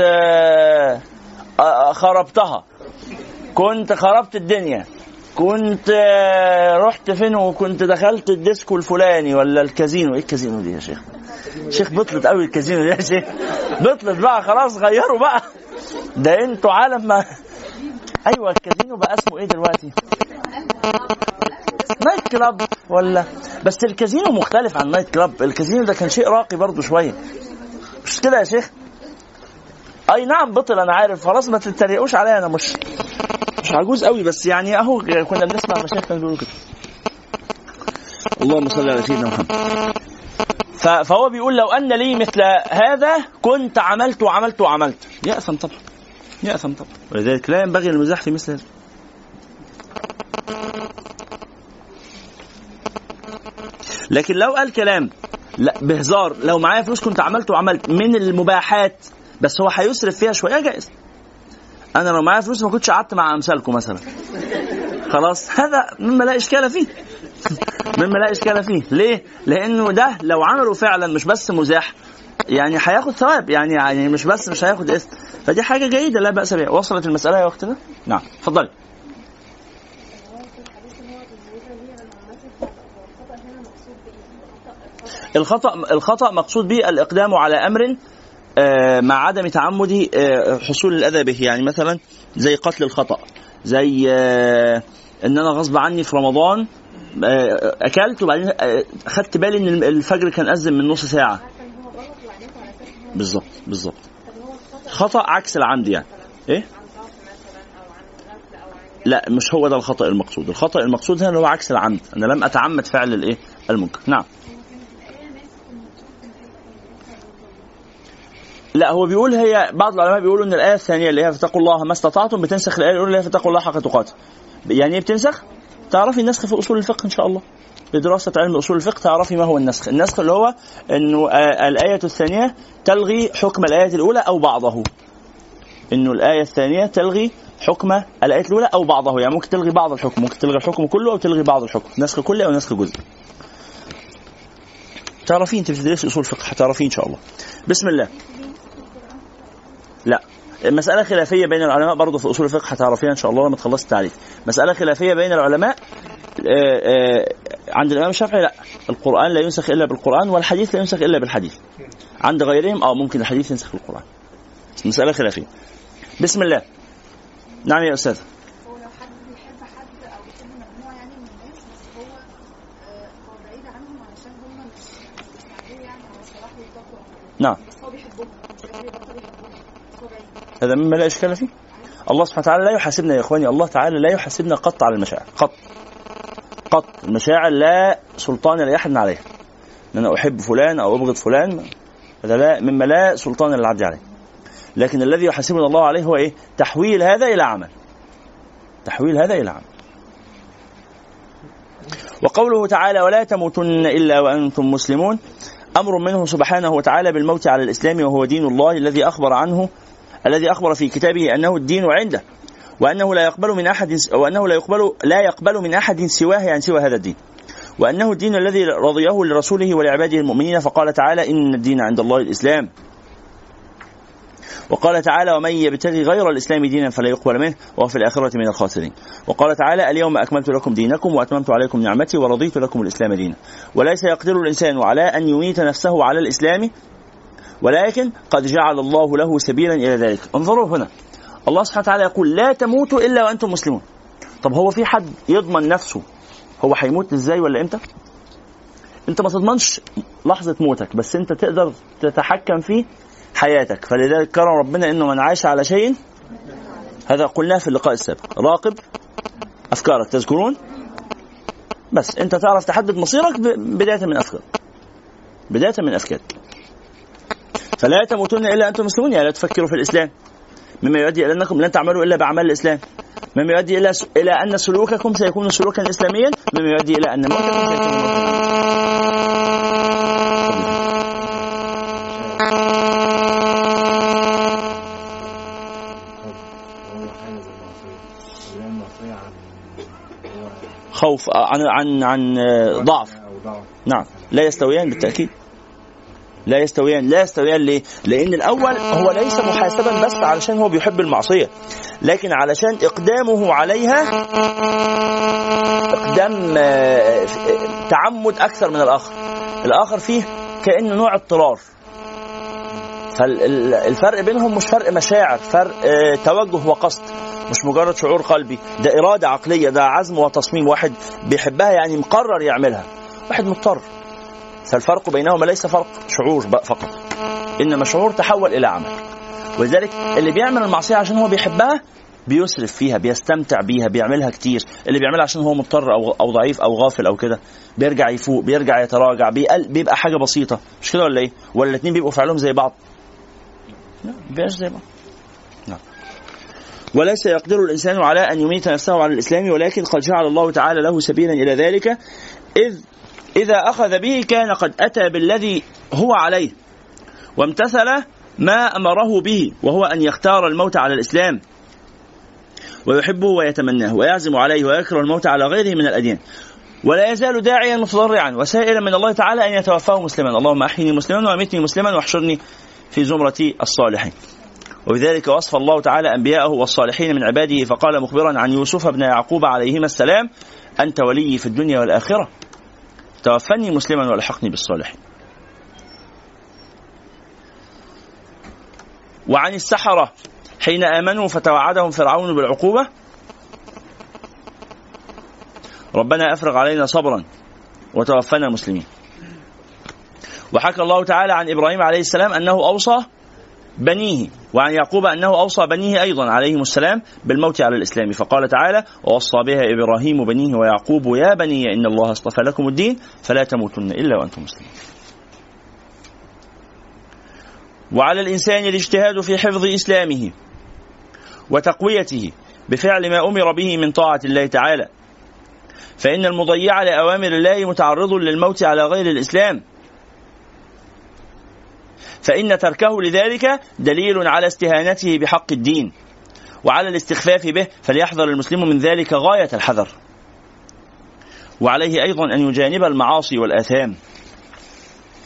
خربتها، كنت خربت الدنيا، كنت رحت فين وكنت دخلت الديسكو الفلاني ولا الكازينو. ايه الكازينو دي يا شيخ؟ شيخ بطلت قوي الكازينو دي يا شيخ، بطلت بقى خلاص، غيروا بقى، ده انتوا عالم ما. ايوه الكازينو بقى اسمه ايه دلوقتي؟ نايت كلاب ولا، بس الكازينو مختلف عن نايت كلاب، الكازينو ده كان شيء راقي برضو شويه، مش كده يا شيخ؟ اي نعم بطل انا عارف، خلاص ما تتريقوش عليا، انا مش مش عجوز قوي، بس يعني اهو كنا بنسمع مشايخنا بيقولوا كده. اللهم صل على سيدنا محمد. فهو بيقول لو ان لي مثل هذا كنت عملت وعملت وعملت، يأثم طبعا، يأثم طبعا، ولذلك لا ينبغي المزاح في مثل هذا. لكن لو قال كلام لا بهزار، لو معايا فلوس كنت عملت وعملت من المباحات، بس هو هيسرف فيها شويه، جائز. انا لو معايا فلوس ما كنتش قعدت مع امثالكم مثلا، خلاص هذا مما لا اشكال فيه مما لا اشكال فيه. ليه؟ لانه ده لو عملوا فعلا مش بس مزاح، يعني هياخد ثواب، يعني يعني مش بس مش هياخد اسم، فدي حاجه جيده لا باس بها. وصلت المساله يا اختنا؟ نعم اتفضلي. الخطأ الخطأ مقصود به الإقدام على أمر مع عدم تعمد حصول الأذى به، يعني مثلا زي قتل الخطأ، زي إن أنا غصب عني في رمضان أكلت وبعدين أخدت بالي إن الفجر كان أذن من نص ساعة. بالضبط بالضبط، خطأ عكس العمد يعني. إيه؟ لا مش هو ده الخطأ المقصود، الخطأ المقصود هنا هو عكس العمد، أنا لم أتعمد فعل الإيه المنكر. نعم. لا هو بيقول، هي بعض العلماء بيقولوا ان الايه الثانيه اللي هي فاتقوا الله ما استطعتم بتنسخ الايه اللي هي فاتقوا الله حق تقاته. يعني ايه بتنسخ؟ تعرفي النسخ في اصول الفقه ان شاء الله، بدراسه علم اصول الفقه تعرفي ما هو النسخ. النسخ اللي هو انه الايه الثانيه تلغي حكم الايه الاولى او بعضه، انه الايه الثانيه تلغي حكم الايه الاولى او بعضه، يعني ممكن تلغي بعض الحكم، ممكن تلغي الحكم كله او تلغي بعض الحكم، نسخ كلي او نسخ جزئي. تعرفين انت بتدرسي اصول فقه هتعرفين ان شاء الله. بسم الله. لا، مسألة خلافية بين العلماء برضو في اصول الفقه هتعرفيها ان شاء الله لما تخلصي التعريف. مسألة خلافية بين العلماء آآ آآ عند الامام الشافعي لا، القرآن لا ينسخ الا بالقرآن والحديث لا ينسخ الا بالحديث. عند غيرهم اه ممكن الحديث ينسخ بالقرآن. مسألة خلافية. بسم الله. نعم يا استاذ. هو لو حد بيحب حد او بيحب مجموعه يعني من الناس بس هو هو بعيد عنهم علشان هم مش مستعدين يعني على الصلاح والتقوى. نعم. بس هو بيحبهم مش قادر يبطل يحبهم بس هو بعيد. هذا مما لا اشكال فيه. الله سبحانه وتعالى لا يحاسبنا يا اخواني، الله تعالى لا يحاسبنا قط على المشاعر، قط قط المشاعر لا سلطان لاحد عليها. ان انا احب فلان او ابغض فلان هذا لا مما لا سلطان للعبد عليه. لكن الذي يحاسبنا الله عليه هو ايه؟ تحويل هذا الى عمل، تحويل هذا الى عمل. وقوله تعالى ولا تموتن الا وانتم مسلمون امر منه سبحانه وتعالى بالموت على الاسلام وهو دين الله الذي اخبر عنه الذي اخبر في كتابه انه الدين عنده وانه لا يقبل من احد وانه لا يقبل لا يقبل من احد سواه يعني سوى هذا الدين، وانه الدين الذي رضيه لرسوله ولعباده المؤمنين. فقال تعالى ان الدين عند الله الاسلام. وقال تعالى ومن يبتغي غير الإسلام دينا فلا يقبل منه وهو في الآخرة من الخاسرين. وقال تعالى اليوم أكملت لكم دينكم وأتممت عليكم نعمتي ورضيت لكم الإسلام دينا. وليس يقدر الإنسان على أن يميت نفسه على الإسلام ولكن قد جعل الله له سبيلا إلى ذلك. انظروا هنا الله سبحانه وتعالى يقول لا تموتوا إلا وأنتم مسلمون. طب هو في حد يضمن نفسه هو هيموت إزاي ولا إمتى؟ أنت ما تضمنش لحظة موتك، بس أنت تقدر تتحكم في حياتك. فلذلك كرم ربنا انه من عاش على شيء، هذا قلناه في اللقاء السابق، راقب افكارك تذكرون، بس انت تعرف تحدد مصيرك بدايه من افكار بدايه من افكارك. فلا تموتن الا انتم مسلمون يعني لا تفكروا في الاسلام مما يؤدي الى انكم لن تعملوا الا باعمال الاسلام، مما يؤدي الى الى ان سلوككم سيكون سلوكا اسلاميا، مما يؤدي الى ان موتكم سيكون موتا. خوف عن عن عن ضعف. نعم لا يستويان بالتأكيد، لا يستويان لا يستويان ليه؟ لأن الأول هو ليس محاسبا بس علشان هو بيحب المعصية، لكن علشان إقدامه عليها إقدام تعمد أكثر من الآخر. الآخر فيه كأنه نوع اضطرار. فالفرق بينهم مش فرق مشاعر، فرق توجه وقصد، مش مجرد شعور قلبي، ده إرادة عقلية، ده عزم وتصميم. واحد بيحبها يعني مقرر يعملها، واحد مضطر. فالفرق بينهما ليس فرق شعور فقط، إنما شعور تحول إلى عمل. ولذلك اللي بيعمل المعصية عشان هو بيحبها بيسرف فيها، بيستمتع بيها، بيعملها كتير. اللي بيعملها عشان هو مضطر أو, أو ضعيف أو غافل أو كده بيرجع يفوق، بيرجع يتراجع، بيبقى حاجة بسيطة. مش كده ولا إيه؟ ولا الاثنين بيبقوا فعلهم زي بعض؟ لا بيبقاش زي بعض. نعم. وليس يقدر الإنسان على أن يميت نفسه على الإسلام ولكن قد جعل الله تعالى له سبيلا إلى ذلك، إذ إذا أخذ به كان قد أتى بالذي هو عليه وامتثل ما أمره به، وهو أن يختار الموت على الإسلام ويحبه ويتمناه ويعزم عليه ويكره الموت على غيره من الأديان، ولا يزال داعيا متضرعا وسائلا من الله تعالى أن يتوفاه مسلما. اللهم أحيني مسلما وأمتني مسلما واحشرني في زمرة الصالحين. وبذلك وصف الله تعالى أنبياءه والصالحين من عباده، فقال مخبرا عن يوسف بن يعقوب عليهما السلام أنت ولي في الدنيا والآخرة توفني مسلما والحقني بالصالحين. وعن السحرة حين آمنوا فتوعدهم فرعون بالعقوبة ربنا أفرغ علينا صبرا وتوفنا مسلمين. وحكى الله تعالى عن إبراهيم عليه السلام أنه أوصى بنيه، وعن يعقوب أنه أوصى بنيه أيضا عليهم السلام بالموت على الإسلام، فقال تعالى ووصى بها إبراهيم بنيه ويعقوب يا بني إن الله اصطفى لكم الدين فلا تموتن إلا وأنتم مسلمون. وعلى الإنسان الاجتهاد في حفظ إسلامه وتقويته بفعل ما أمر به من طاعة الله تعالى، فإن المضيع لأوامر الله متعرض للموت على غير الإسلام، فإن تركه لذلك دليل على استهانته بحق الدين وعلى الاستخفاف به، فليحذر المسلم من ذلك غاية الحذر. وعليه أيضا أن يجانب المعاصي والآثام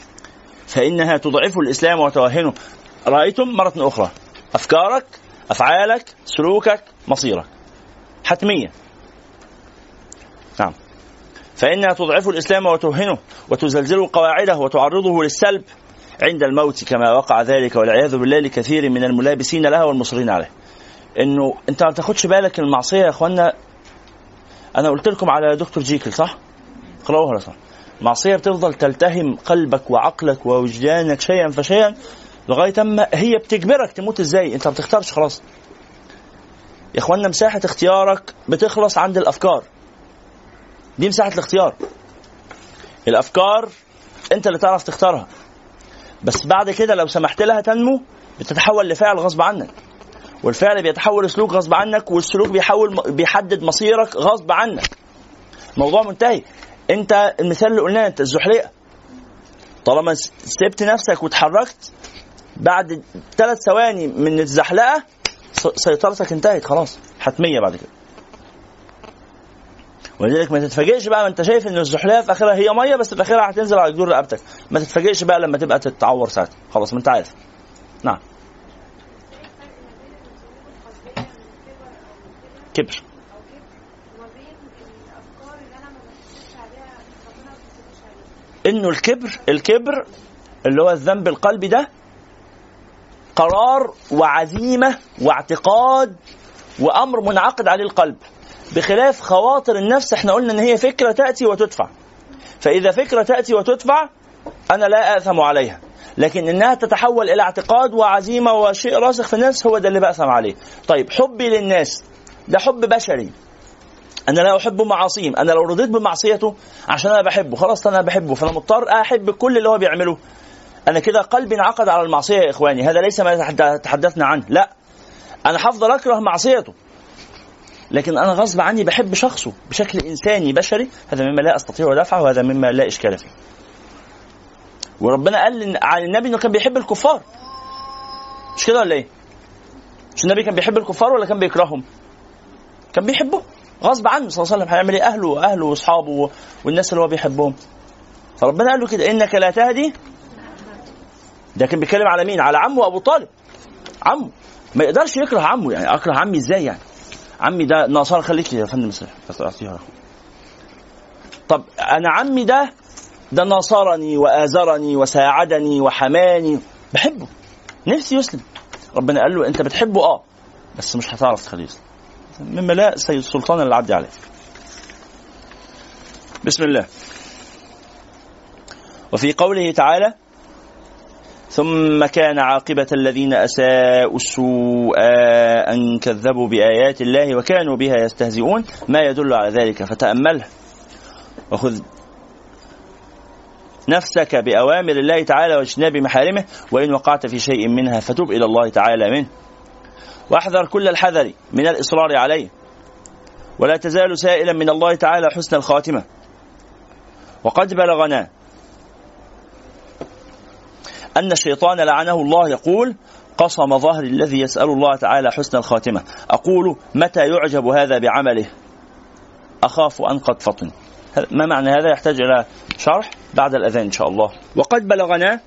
فإنها تضعف الإسلام وتوهنه. رأيتم مرة أخرى أفكارك، أفعالك، سلوكك، مصيرك حتمية. نعم. فإنها تضعف الإسلام وتوهنه وتزلزل قواعده وتعرضه للسلب عند الموت، كما وقع ذلك والعياذ بالله لكثير من الملابسين لها والمصرين عليه. إنه أنت ما تاخدش بالك المعصية يا أخوانا. أنا قلت لكم على دكتور جيكل صح؟ قرأوها ولا صح؟ المعصية بتفضل تلتهم قلبك وعقلك ووجدانك شيئا فشيئا لغاية أما هي بتجبرك تموت. إزاي؟ أنت ما بتختارش خلاص يا أخوانا. مساحة اختيارك بتخلص عند الأفكار دي، مساحة الاختيار. الأفكار أنت اللي تعرف تختارها، بس بعد كده لو سمحت لها تنمو بتتحول لفعل غصب عنك، والفعل بيتحول لسلوك غصب عنك، والسلوك بيحول بيحدد مصيرك غصب عنك. موضوع منتهي. انت المثال اللي قلناه، انت الزحليقة طالما سبت نفسك وتحركت بعد ثلاث ثواني من الزحلقة سيطرتك انتهت خلاص، حتمية بعد كده. ولذلك ما تتفاجئش بقى، ما انت شايف ان الزحلقة في اخرها هي مية، بس في اخرها هتنزل على جدور رقبتك. ما تتفاجئش بقى لما تبقى تتعور ساعتها، خلاص ما انت عارف. نعم. كبر. انه الكبر الكبر اللي هو الذنب القلبي ده قرار وعزيمة واعتقاد وامر منعقد عليه القلب، بخلاف خواطر النفس. احنا قلنا ان هي فكرة تأتي وتدفع، فاذا فكرة تأتي وتدفع انا لا آثم عليها، لكن انها تتحول الى اعتقاد وعزيمة وشيء راسخ في النفس هو ده اللي بأثم عليه. طيب حبي للناس ده حب بشري، أنا لا أحب معاصيهم. أنا لو رضيت بمعصيته عشان أنا بحبه خلاص أنا بحبه، فأنا مضطر أحب كل اللي هو بيعمله. أنا كده قلبي انعقد على المعصية يا إخواني. هذا ليس ما تحدثنا عنه، لا، أنا حافظ أكره معصيته، لكن أنا غصب عني بحب شخصه بشكل إنساني بشري. هذا مما لا أستطيع دفعه، وهذا مما لا إشكال فيه. وربنا قال عن النبي إنه كان بيحب الكفار، مش كده ولا إيه؟ مش النبي كان بيحب الكفار ولا كان بيكرههم؟ كان بيحبه غصب عنه صلى الله عليه وسلم. هيعمل ايه؟ اهله واهله واصحابه والناس اللي هو بيحبهم. فربنا قال له كده انك لا تهدي. ده كان بيتكلم على مين؟ على عمه ابو طالب. عمه ما يقدرش يكره عمه، يعني اكره عمي ازاي يعني؟ عمي ده ناصر. خليك يا فندم اعطيها. طب انا عمي ده ده ناصرني وآزرني وساعدني وحماني، بحبه نفسي يسلم. ربنا قال له انت بتحبه اه بس مش هتعرف تخليه يسلم، مما لا سيد السلطان اللي عدي عليه. بسم الله. وفي قوله تعالى ثم كان عاقبة الذين أساءوا السوء أن كذبوا بآيات الله وكانوا بها يستهزئون، ما يدل على ذلك فتأملها وخذ نفسك بأوامر الله تعالى واجتناب محارمه، وإن وقعت في شيء منها فتب إلى الله تعالى منه، واحذر كل الحذر من الإصرار عليه، ولا تزال سائلا من الله تعالى حسن الخاتمة. وقد بلغنا أن الشيطان لعنه الله يقول قصم ظهر الذي يسأل الله تعالى حسن الخاتمة. أقول متى يعجب هذا بعمله؟ أخاف أن قد فطن. ما معنى هذا؟ يحتاج إلى شرح بعد الأذان إن شاء الله. وقد بلغنا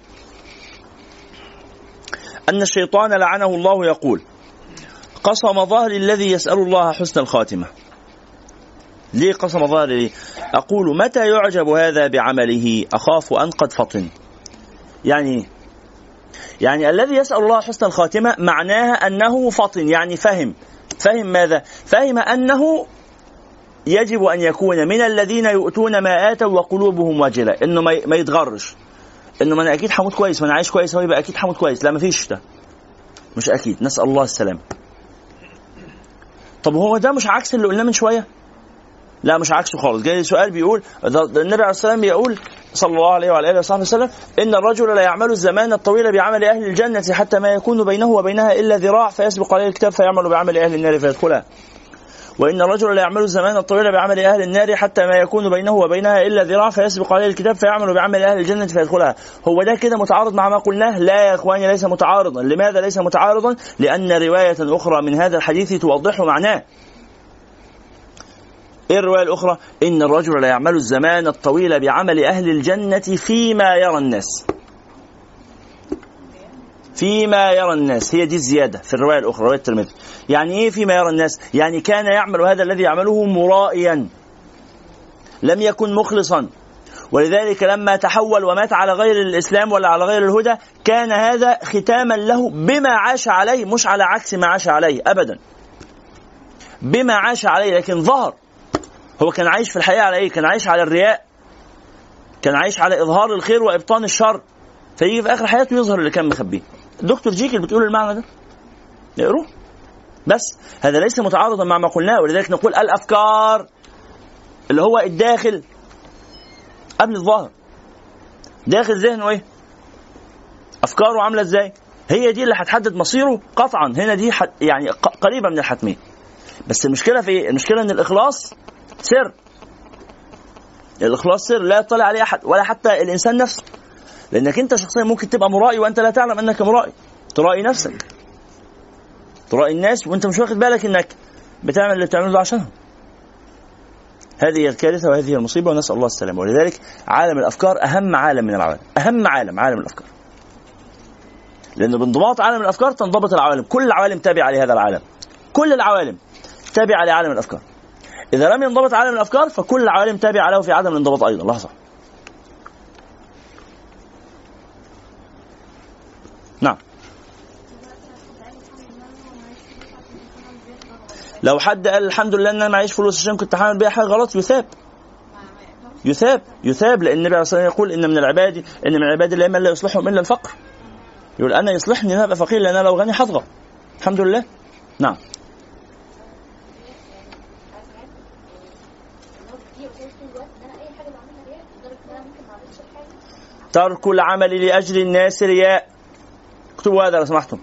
أن الشيطان لعنه الله يقول قصم ظهر الذي يسأل الله حسن الخاتمة. ليه قسم ظهره؟ أقول متى يعجب هذا بعمله؟ أخاف أن قد فطن. يعني يعني الذي يسأل الله حسن الخاتمة معناها أنه فطن، يعني فهم. فهم ماذا؟ فهم أنه يجب أن يكون من الذين يؤتون ما آتوا وقلوبهم واجلة، إنه ما يتغرش، إنه ما أنا أكيد حمود كويس وأنا عايش كويس، هو يبقى أكيد حمود كويس. لا، ما فيش ده، مش أكيد. نسأل الله السلام. طب هو ده مش عكس اللي قلناه من شوية؟ لا، مش عكسه خالص. جاي سؤال بيقول النبي عليه السلام بيقول صلى الله عليه وعلى اله وصحبه وسلم إن الرجل لا يعمل الزمان الطويل بعمل أهل الجنة حتى ما يكون بينه وبينها إلا ذراع فيسبق عليه الكتاب فيعمل بعمل أهل النار فيدخلها، وإن الرجل لا يعمل الزمان الطويل بعمل أهل النار حتى ما يكون بينه وبينها إلا ذراع فيسبق عليه الكتاب فيعمل بعمل أهل الجنة فيدخلها. هو ده كده متعارض مع ما قلناه؟ لا يا إخواني، ليس متعارضا. لماذا ليس متعارضا؟ لأن رواية أخرى من هذا الحديث توضح معناه. إيه الرواية الأخرى؟ إن الرجل لا يعمل الزمان الطويل بعمل أهل الجنة فيما يرى الناس. فيما يرى الناس، هي دي الزيادة في الرواية الأخرى رواية الترمذي. يعني إيه فيما يرى الناس؟ يعني كان يعمل هذا الذي يعمله مرائيا، لم يكن مخلصا، ولذلك لما تحول ومات على غير الإسلام ولا على غير الهدى كان هذا ختاما له بما عاش عليه، مش على عكس ما عاش عليه أبدا، بما عاش عليه. لكن ظهر هو كان عايش في الحقيقة على إيه؟ كان عايش على الرياء، كان عايش على إظهار الخير وإبطان الشر، فيجي في آخر حياته يظهر اللي كان مخبيه. دكتور جيكل بتقول المعنى ده، يقروه. بس هذا ليس متعارضا مع ما قلناه، ولذلك نقول الأفكار اللي هو الداخل قبل الظاهر، داخل ذهنه ايه، افكاره عامله ازاي، هي دي اللي هتحدد مصيره قطعا. هنا دي حد يعني قريبه من الحتميه. بس المشكله في ايه؟ المشكله ان الاخلاص سر، الاخلاص سر لا يطلع عليه احد ولا حتى الانسان نفسه، لانك انت شخصيا ممكن تبقى مرائي وانت لا تعلم انك مرائي، ترائي نفسك، ترائي الناس وانت مش واخد بالك انك بتعمل اللي بتعمله عشانهم. هذه الكارثة وهذه المصيبة، ونسأل الله السلامة. ولذلك عالم الأفكار أهم عالم من العوالم، أهم عالم عالم الأفكار، لأنه بانضباط عالم الأفكار تنضبط العوالم. كل العوالم تابعة لهذا العالم، كل العوالم تابعة لعالم الأفكار. إذا لم ينضبط عالم الأفكار فكل العوالم تابعة له في عدم الانضباط أيضا. لحظة، نعم. لو حد قال الحمد لله ان انا معيش فلوس عشان كنت هعمل بيها حاجه غلط، يثاب يثاب يثاب لان النبي عليه الصلاه والسلام يقول ان من العباد ان من عباد الله من لا يصلحهم الا الفقر. يقول انا يصلحني ان ابقى فقير لان انا لو غني هطغى. الحمد لله. نعم. ترك العمل لاجل الناس رياء. اكتبوا هذا لو سمحتم،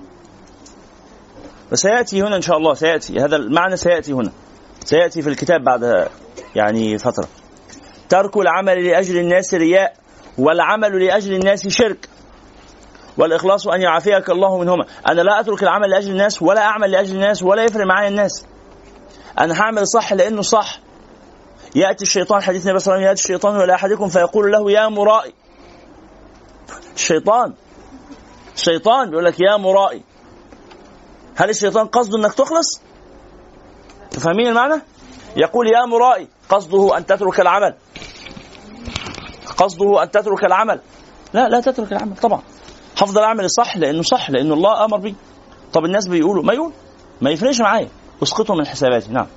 وسيأتي هنا إن شاء الله، سيأتي هذا المعنى، سيأتي هنا، سيأتي في الكتاب بعد يعني فترة. ترك العمل لأجل الناس رياء، والعمل لأجل الناس شرك، والإخلاص أن يعافيك الله منهما. أنا لا أترك العمل لأجل الناس ولا أعمل لأجل الناس ولا يفرق معايا الناس، أنا هعمل صح لأنه صح. يأتي الشيطان، حديث النبي صلى الله عليه وسلم، يأتي الشيطان إلى أحدكم فيقول له يا مرائي. الشيطان الشيطان بيقول لك يا مرائي. هل الشيطان قصده انك تخلص؟ تفهمين المعنى؟ يقول يا مرائي، قصده ان تترك العمل، قصده ان تترك العمل. لا لا تترك العمل طبعا، هفضل اعمل الصح لانه صح، لانه الله امر بيه. طب الناس بيقولوا ما يقول، ما يفرقش معايا، اسقطه من حساباتي. نعم.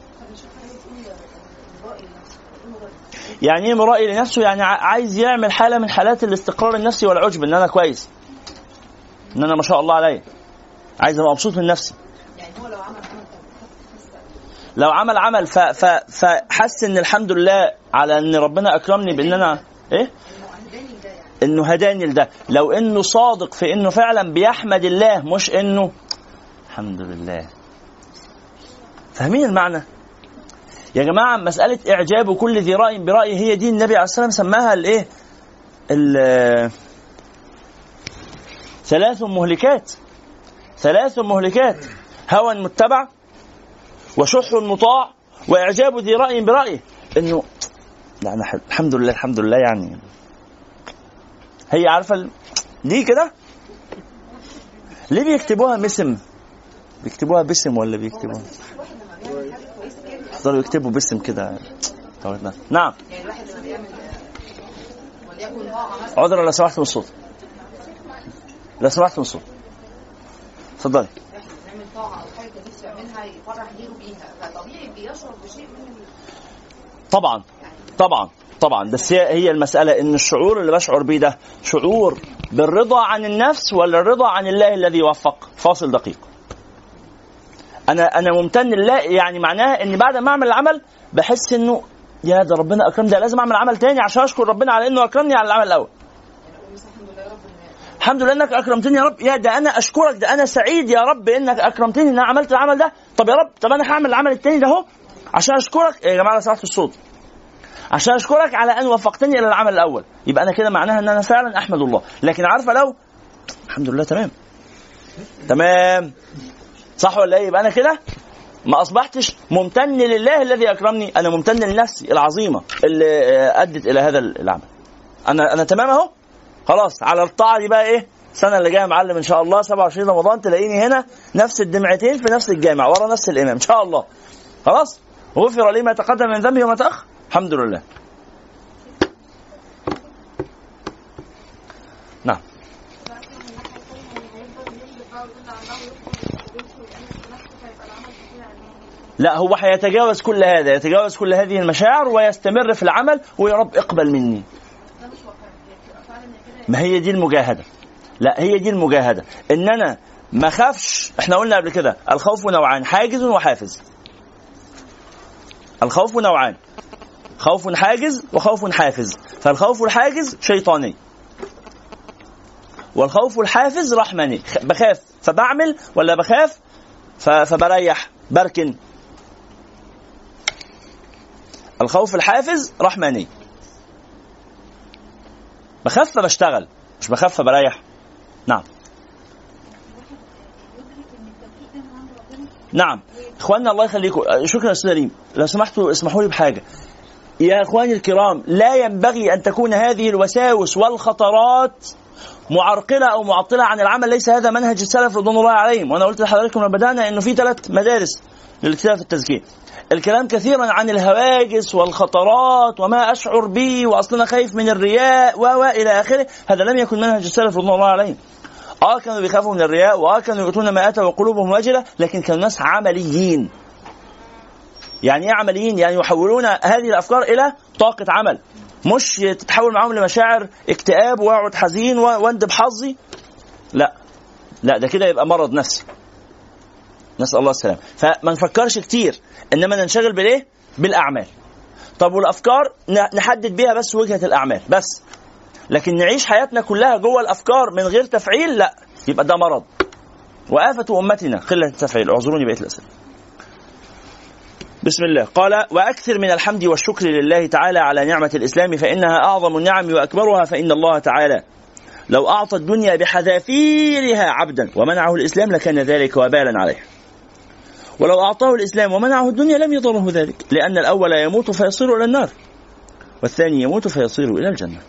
يعني ايه مرائي لنفسه؟ يعني عايز يعمل حاله من حالات الاستقرار النفسي والعجب، ان انا كويس، ان انا ما شاء الله عليا، عايز ابقى مبسوط من نفسي. يعني هو لو عمل عمل لو عمل عمل ف ف فحس ان الحمد لله على ان ربنا اكرمني بان انا ايه، انه هداني لده. لو انه صادق في انه فعلا بيحمد الله، مش انه الحمد لله. فاهمين المعنى يا جماعه؟ مساله اعجاب كل ذي راي برايه، هي دي النبي عليه الصلاه والسلام سماها الايه، ثلاث مهلكات. ثلاث مهلكات: هوى متبع، وشح مطاع، واعجاب ذي راي برايه. انه لا انا الحمد لله الحمد لله، يعني هي عارفه ليه كده؟ ليه بيكتبوها باسم؟ بيكتبوها باسم ولا بيكتبوها يقدروا يكتبوا باسم كده؟ نعم. عذرا لو سمحت من الصوت، لو سمحت من الصوت، اتفضلي. نعمل طاعه او حاجه نفسه يعملها يفرح غيره بيها، فطبيعي بيشعر بشيء من طبعا طبعا طبعا. بس هي المساله ان الشعور اللي بشعر بيه ده شعور بالرضا عن النفس ولا الرضا عن الله الذي وفق؟ فاصل دقيق. انا انا ممتن لله، يعني معناها ان بعد ما اعمل العمل بحس انه يا ده ربنا اكرمني، ده لازم اعمل عمل تاني عشان اشكر ربنا على انه اكرمني على العمل الاول. الحمد لله انك اكرمتني يا رب، يا ده انا اشكرك، ده انا سعيد يا رب انك اكرمتني ان انا عملت العمل ده. طب يا رب، طب انا هعمل العمل التاني ده اهو عشان اشكرك. يا جماعه سمعتوا الصوت؟ عشان اشكرك على ان وفقتني الى العمل الاول. يبقى انا كده معناها ان انا فعلا احمد الله. لكن عارفه لو الحمد لله تمام تمام صح ولا ايه، يبقى انا كده ما اصبحتش ممتن لله الذي اكرمني، انا ممتن لنفسي العظيمه اللي ادت الى هذا العمل. انا انا تمام اهو، خلاص على الطاعه دي بقى ايه، السنه اللي جايه معلم ان شاء الله سبعة وعشرين رمضان تلاقيني هنا نفس الدمعتين في نفس الجامع ورا نفس الامام ان شاء الله. خلاص غفر لي ما تقدم من ذنبي وما تاخر الحمد لله. نعم. لا هو هيتجاوز كل هذا، يتجاوز كل هذه المشاعر ويستمر في العمل ويا رب اقبل مني. ما هي دي المجاهدة. لا هي دي المجاهدة ان انا ما خافش. احنا قلنا قبل كده الخوف نوعان، حاجز وحافز. الخوف نوعان، خوف حاجز وخوف حافز. فالخوف الحاجز شيطاني والخوف الحافز رحماني. بخاف فبعمل ولا بخاف فبريح بركن. الخوف الحافز رحماني، بخاف فبشتغل مش بخاف فبريح. نعم نعم اخواننا الله يخليكم. شكرا استاذ ريم. لو سمحتوا اسمحوا لي بحاجه يا اخواني الكرام، لا ينبغي ان تكون هذه الوساوس والخطرات معرقله او معطله عن العمل. ليس هذا منهج السلف رضوان الله عليهم. وانا قلت لحضراتكم لما بدانا انه في ثلاث مدارس للاجتهاد في التزكيه. الكلام كثيرا عن الهواجس والخطرات وما اشعر به واصلنا خايف من الرياء والى اخره، هذا لم يكن منهج السلف رضوان الله عليهم. اه كانوا بيخافوا من الرياء واه كانوا يؤتون ما اتوا وقلوبهم وجله، لكن كانوا ناس عمليين. يعني ايه عمليين؟ يعني يحولون هذه الافكار الى طاقه عمل، مش تتحول معهم لمشاعر اكتئاب واقعد حزين واندب حظي. لا لا ده كده يبقى مرض نفسي، نسأل الله السلام. فما نفكرش كتير انما ننشغل بالايه؟ بالاعمال. طب والافكار نحدد بيها بس وجهة الاعمال بس، لكن نعيش حياتنا كلها جوه الافكار من غير تفعيل، لا يبقى ده مرض. وآفة امتنا قلة التفعيل. اعذروني بقية الاسئله. بسم الله. قال واكثر من الحمد والشكر لله تعالى على نعمة الاسلام فانها اعظم النعم واكبرها، فان الله تعالى لو اعطى الدنيا بحذافيرها عبدا ومنعه الاسلام لكان ذلك وبالا عليه، ولو أعطاه الإسلام ومنعه الدنيا لم يضره ذلك، لأن الأول يموت فيصير إلى النار والثاني يموت فيصير إلى الجنة.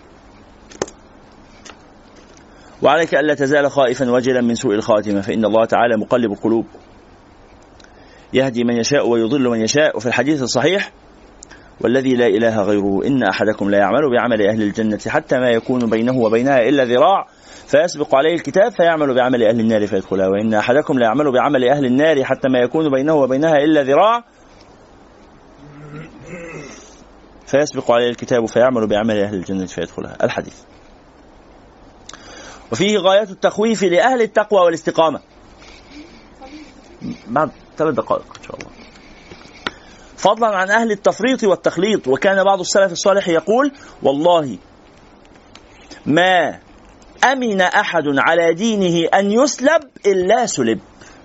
وعليك ألا تزال خائفا وجلا من سوء الخاتمة، فإن الله تعالى مقلب القلوب يهدي من يشاء ويضل من يشاء. وفي الحديث الصحيح والذي لا إله غيره إن أحدكم لا يعمل بعمل أهل الجنة حتى ما يكون بينه وبينها إلا ذراع فيسبق عليه الكتاب فيعمل بعمل أهل النار فيدخلها، وإن أحدكم لا يعمل بعمل أهل النار حتى ما يكون بينه وبينها إلا ذراع فيسبق عليه الكتاب فيعمل بعمل أهل الجنة فيدخلها. الحديث. وفيه غاية التخويف لأهل التقوى والاستقامة. بعد ثلاث دقائق إن شاء الله. فضلا عن أهل التفريط والتخليط. وكان بعض السلف الصالح يقول والله ما أمن أحد على دينه أن يسلب إلا سلب.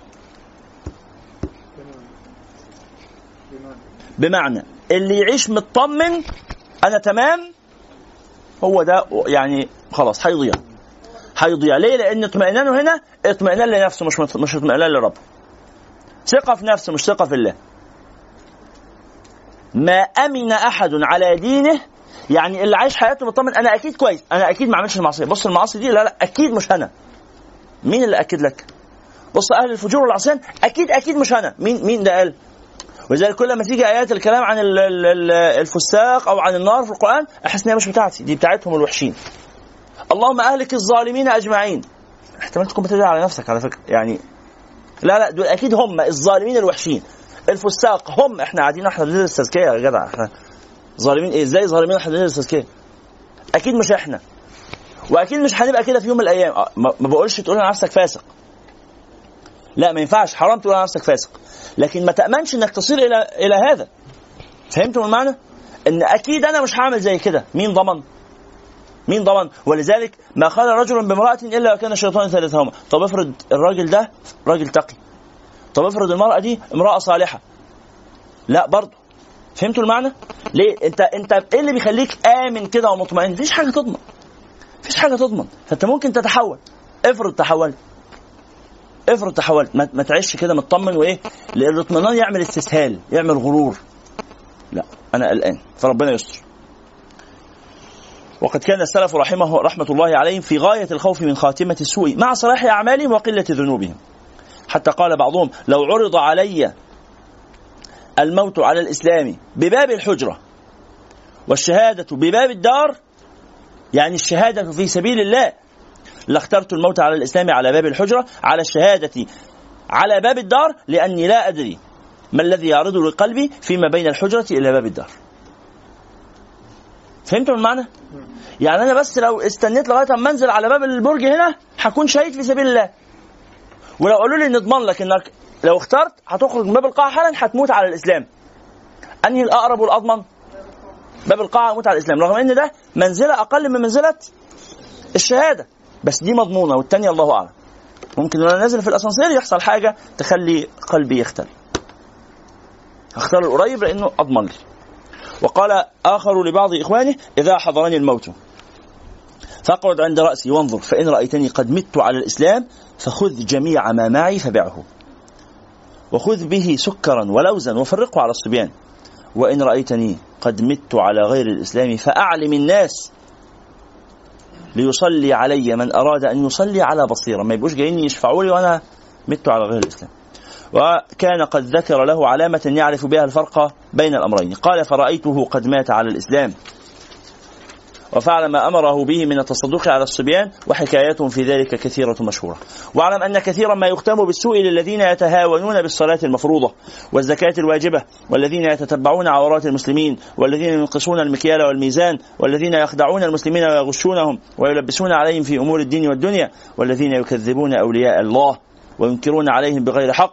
بمعنى اللي يعيش مطمن أنا تمام هو ده يعني خلاص هيضيع هيضيع ليه؟ لأن اطمئنانه هنا اطمئنان لنفسه مش مش اطمئنان لربه، ثقة في نفسه مش ثقة في الله. ما أمن أحد على دينه يعني اللي عايش حياته مطمن أنا أكيد كويس، أنا أكيد ما عملش المعصية. بص المعاصي دي لا لا أكيد مش أنا. مين اللي أكد لك؟ بص أهل الفجور والعصيان أكيد أكيد مش أنا. مين مين ده قال؟ وذلك كل ما تيجي آيات الكلام عن الفساق أو عن النار في القرآن أحس إنها مش بتاعتي، دي بتاعتهم الوحشين. اللهم أهلك الظالمين أجمعين. احتمال تكون بتدعي على نفسك على فكرة يعني. لا لا دول أكيد هم الظالمين الوحشين. الفساق هم احنا قاعدين احنا بندرس تزكية يا جدع. احنا ظالمين ايه؟ ازاي ظالمين احنا بندرس تزكية؟ اكيد مش احنا، واكيد مش هنبقى كده في يوم من الايام. ما بقولش تقول على نفسك فاسق، لا ما ينفعش، حرام تقول على نفسك فاسق، لكن ما تأمنش انك تصير الى الى هذا. فهمتوا المعنى؟ ان اكيد انا مش هعمل زي كده. مين ضمن؟ مين ضمن؟ ولذلك ما خال رجل بامرأة الا وكان الشيطان ثالثهما. طب افرض الراجل ده راجل تقي، طب افرض المرأة دي امرأة صالحة، لا برضه. فهمتوا المعنى؟ ليه؟ انت انت ايه اللي بيخليك آمن كده ومطمئن؟ مفيش حاجة تضمن، مفيش حاجة تضمن. فانت ممكن تتحول. افرض تحولت، افرض تحولت ما, ما تعيش كده مطمن وايه؟ لان الاطمئنان يعمل استسهال، يعمل غرور. لا انا قلقان فربنا يستر. وقد كان السلف رحمه رحمة الله عليهم في غاية الخوف من خاتمة السوء مع صلاح أعمالهم وقلة ذنوبهم، حتى قال بعضهم لو عرض علي الموت على الإسلام بباب الحجرة والشهادة بباب الدار، يعني الشهادة في سبيل الله، لاخترت الموت على الإسلام على باب الحجرة على الشهادة على باب الدار، لأني لا أدري ما الذي يعرض لقلبي فيما بين الحجرة إلى باب الدار. فهمتوا المعنى؟ يعني أنا بس لو استنيت لغاية ما أنزل على باب البرج هنا هكون شهيد في سبيل الله، ولو قالوا لي نضمن لك إنك لو اخترت هتخرج من باب القاعة حالا هتموت على الإسلام، أنهي الأقرب والأضمن؟ باب القاعة موت على الإسلام، رغم إن ده منزلة أقل من منزلة الشهادة، بس دي مضمونة والتانية الله أعلم. ممكن وانا نازل في الأسانسير يحصل حاجة تخلي قلبي يختل، اختار القريب لأنه أضمن لي. وقال آخر لبعض إخوانه إذا حضرني الموت فاقعد عند رأسي وانظر، فإن رأيتني قد مت على الإسلام فخذ جميع ما معي فبعه، وخذ به سكرا ولوزا وفرقه على الصبيان، وإن رأيتني قد مت على غير الإسلام فأعلم الناس ليصلي علي من أراد أن يصلي على بصيرة، ما يبقوش جايين يشفعوا لي وأنا مت على غير الإسلام. وكان قد ذكر له علامة يعرف بها الفرق بين الأمرين، قال فرأيته قد مات على الإسلام وفعل ما أمره به من التصدق على الصبيان، وحكايات في ذلك كثيرة مشهورة. واعلم أن كثيرا ما يختم بالسوء للذين يتهاونون بالصلاة المفروضة والزكاة الواجبة، والذين يتتبعون عورات المسلمين، والذين ينقصون المكيال والميزان، والذين يخدعون المسلمين ويغشونهم ويلبسون عليهم في أمور الدين والدنيا، والذين يكذبون أولياء الله وينكرون عليهم بغير حق،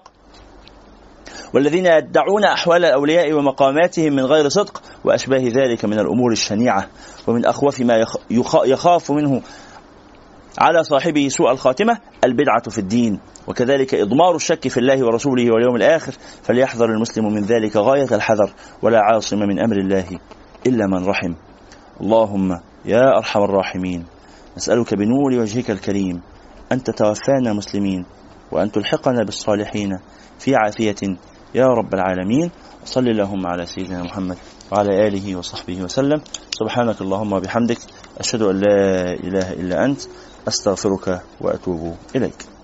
والذين يدعون أحوال الأولياء ومقاماتهم من غير صدق، وأشباه ذلك من الأمور الشنيعة. ومن أخوف ما يخاف منه على صاحبه سوء الخاتمة البدعة في الدين، وكذلك إضمار الشك في الله ورسوله واليوم الآخر، فليحذر المسلم من ذلك غاية الحذر، ولا عاصم من أمر الله إلا من رحم. اللهم يا أرحم الراحمين نسألك بنور وجهك الكريم أن تتوفانا مسلمين، وأن تلحقنا بالصالحين في عافية يا رب العالمين. صلى اللهم على سيدنا محمد وعلى آله وصحبه وسلم. سبحانك اللهم وبحمدك، أشهد أن لا إله إلا أنت، أستغفرك وأتوب إليك.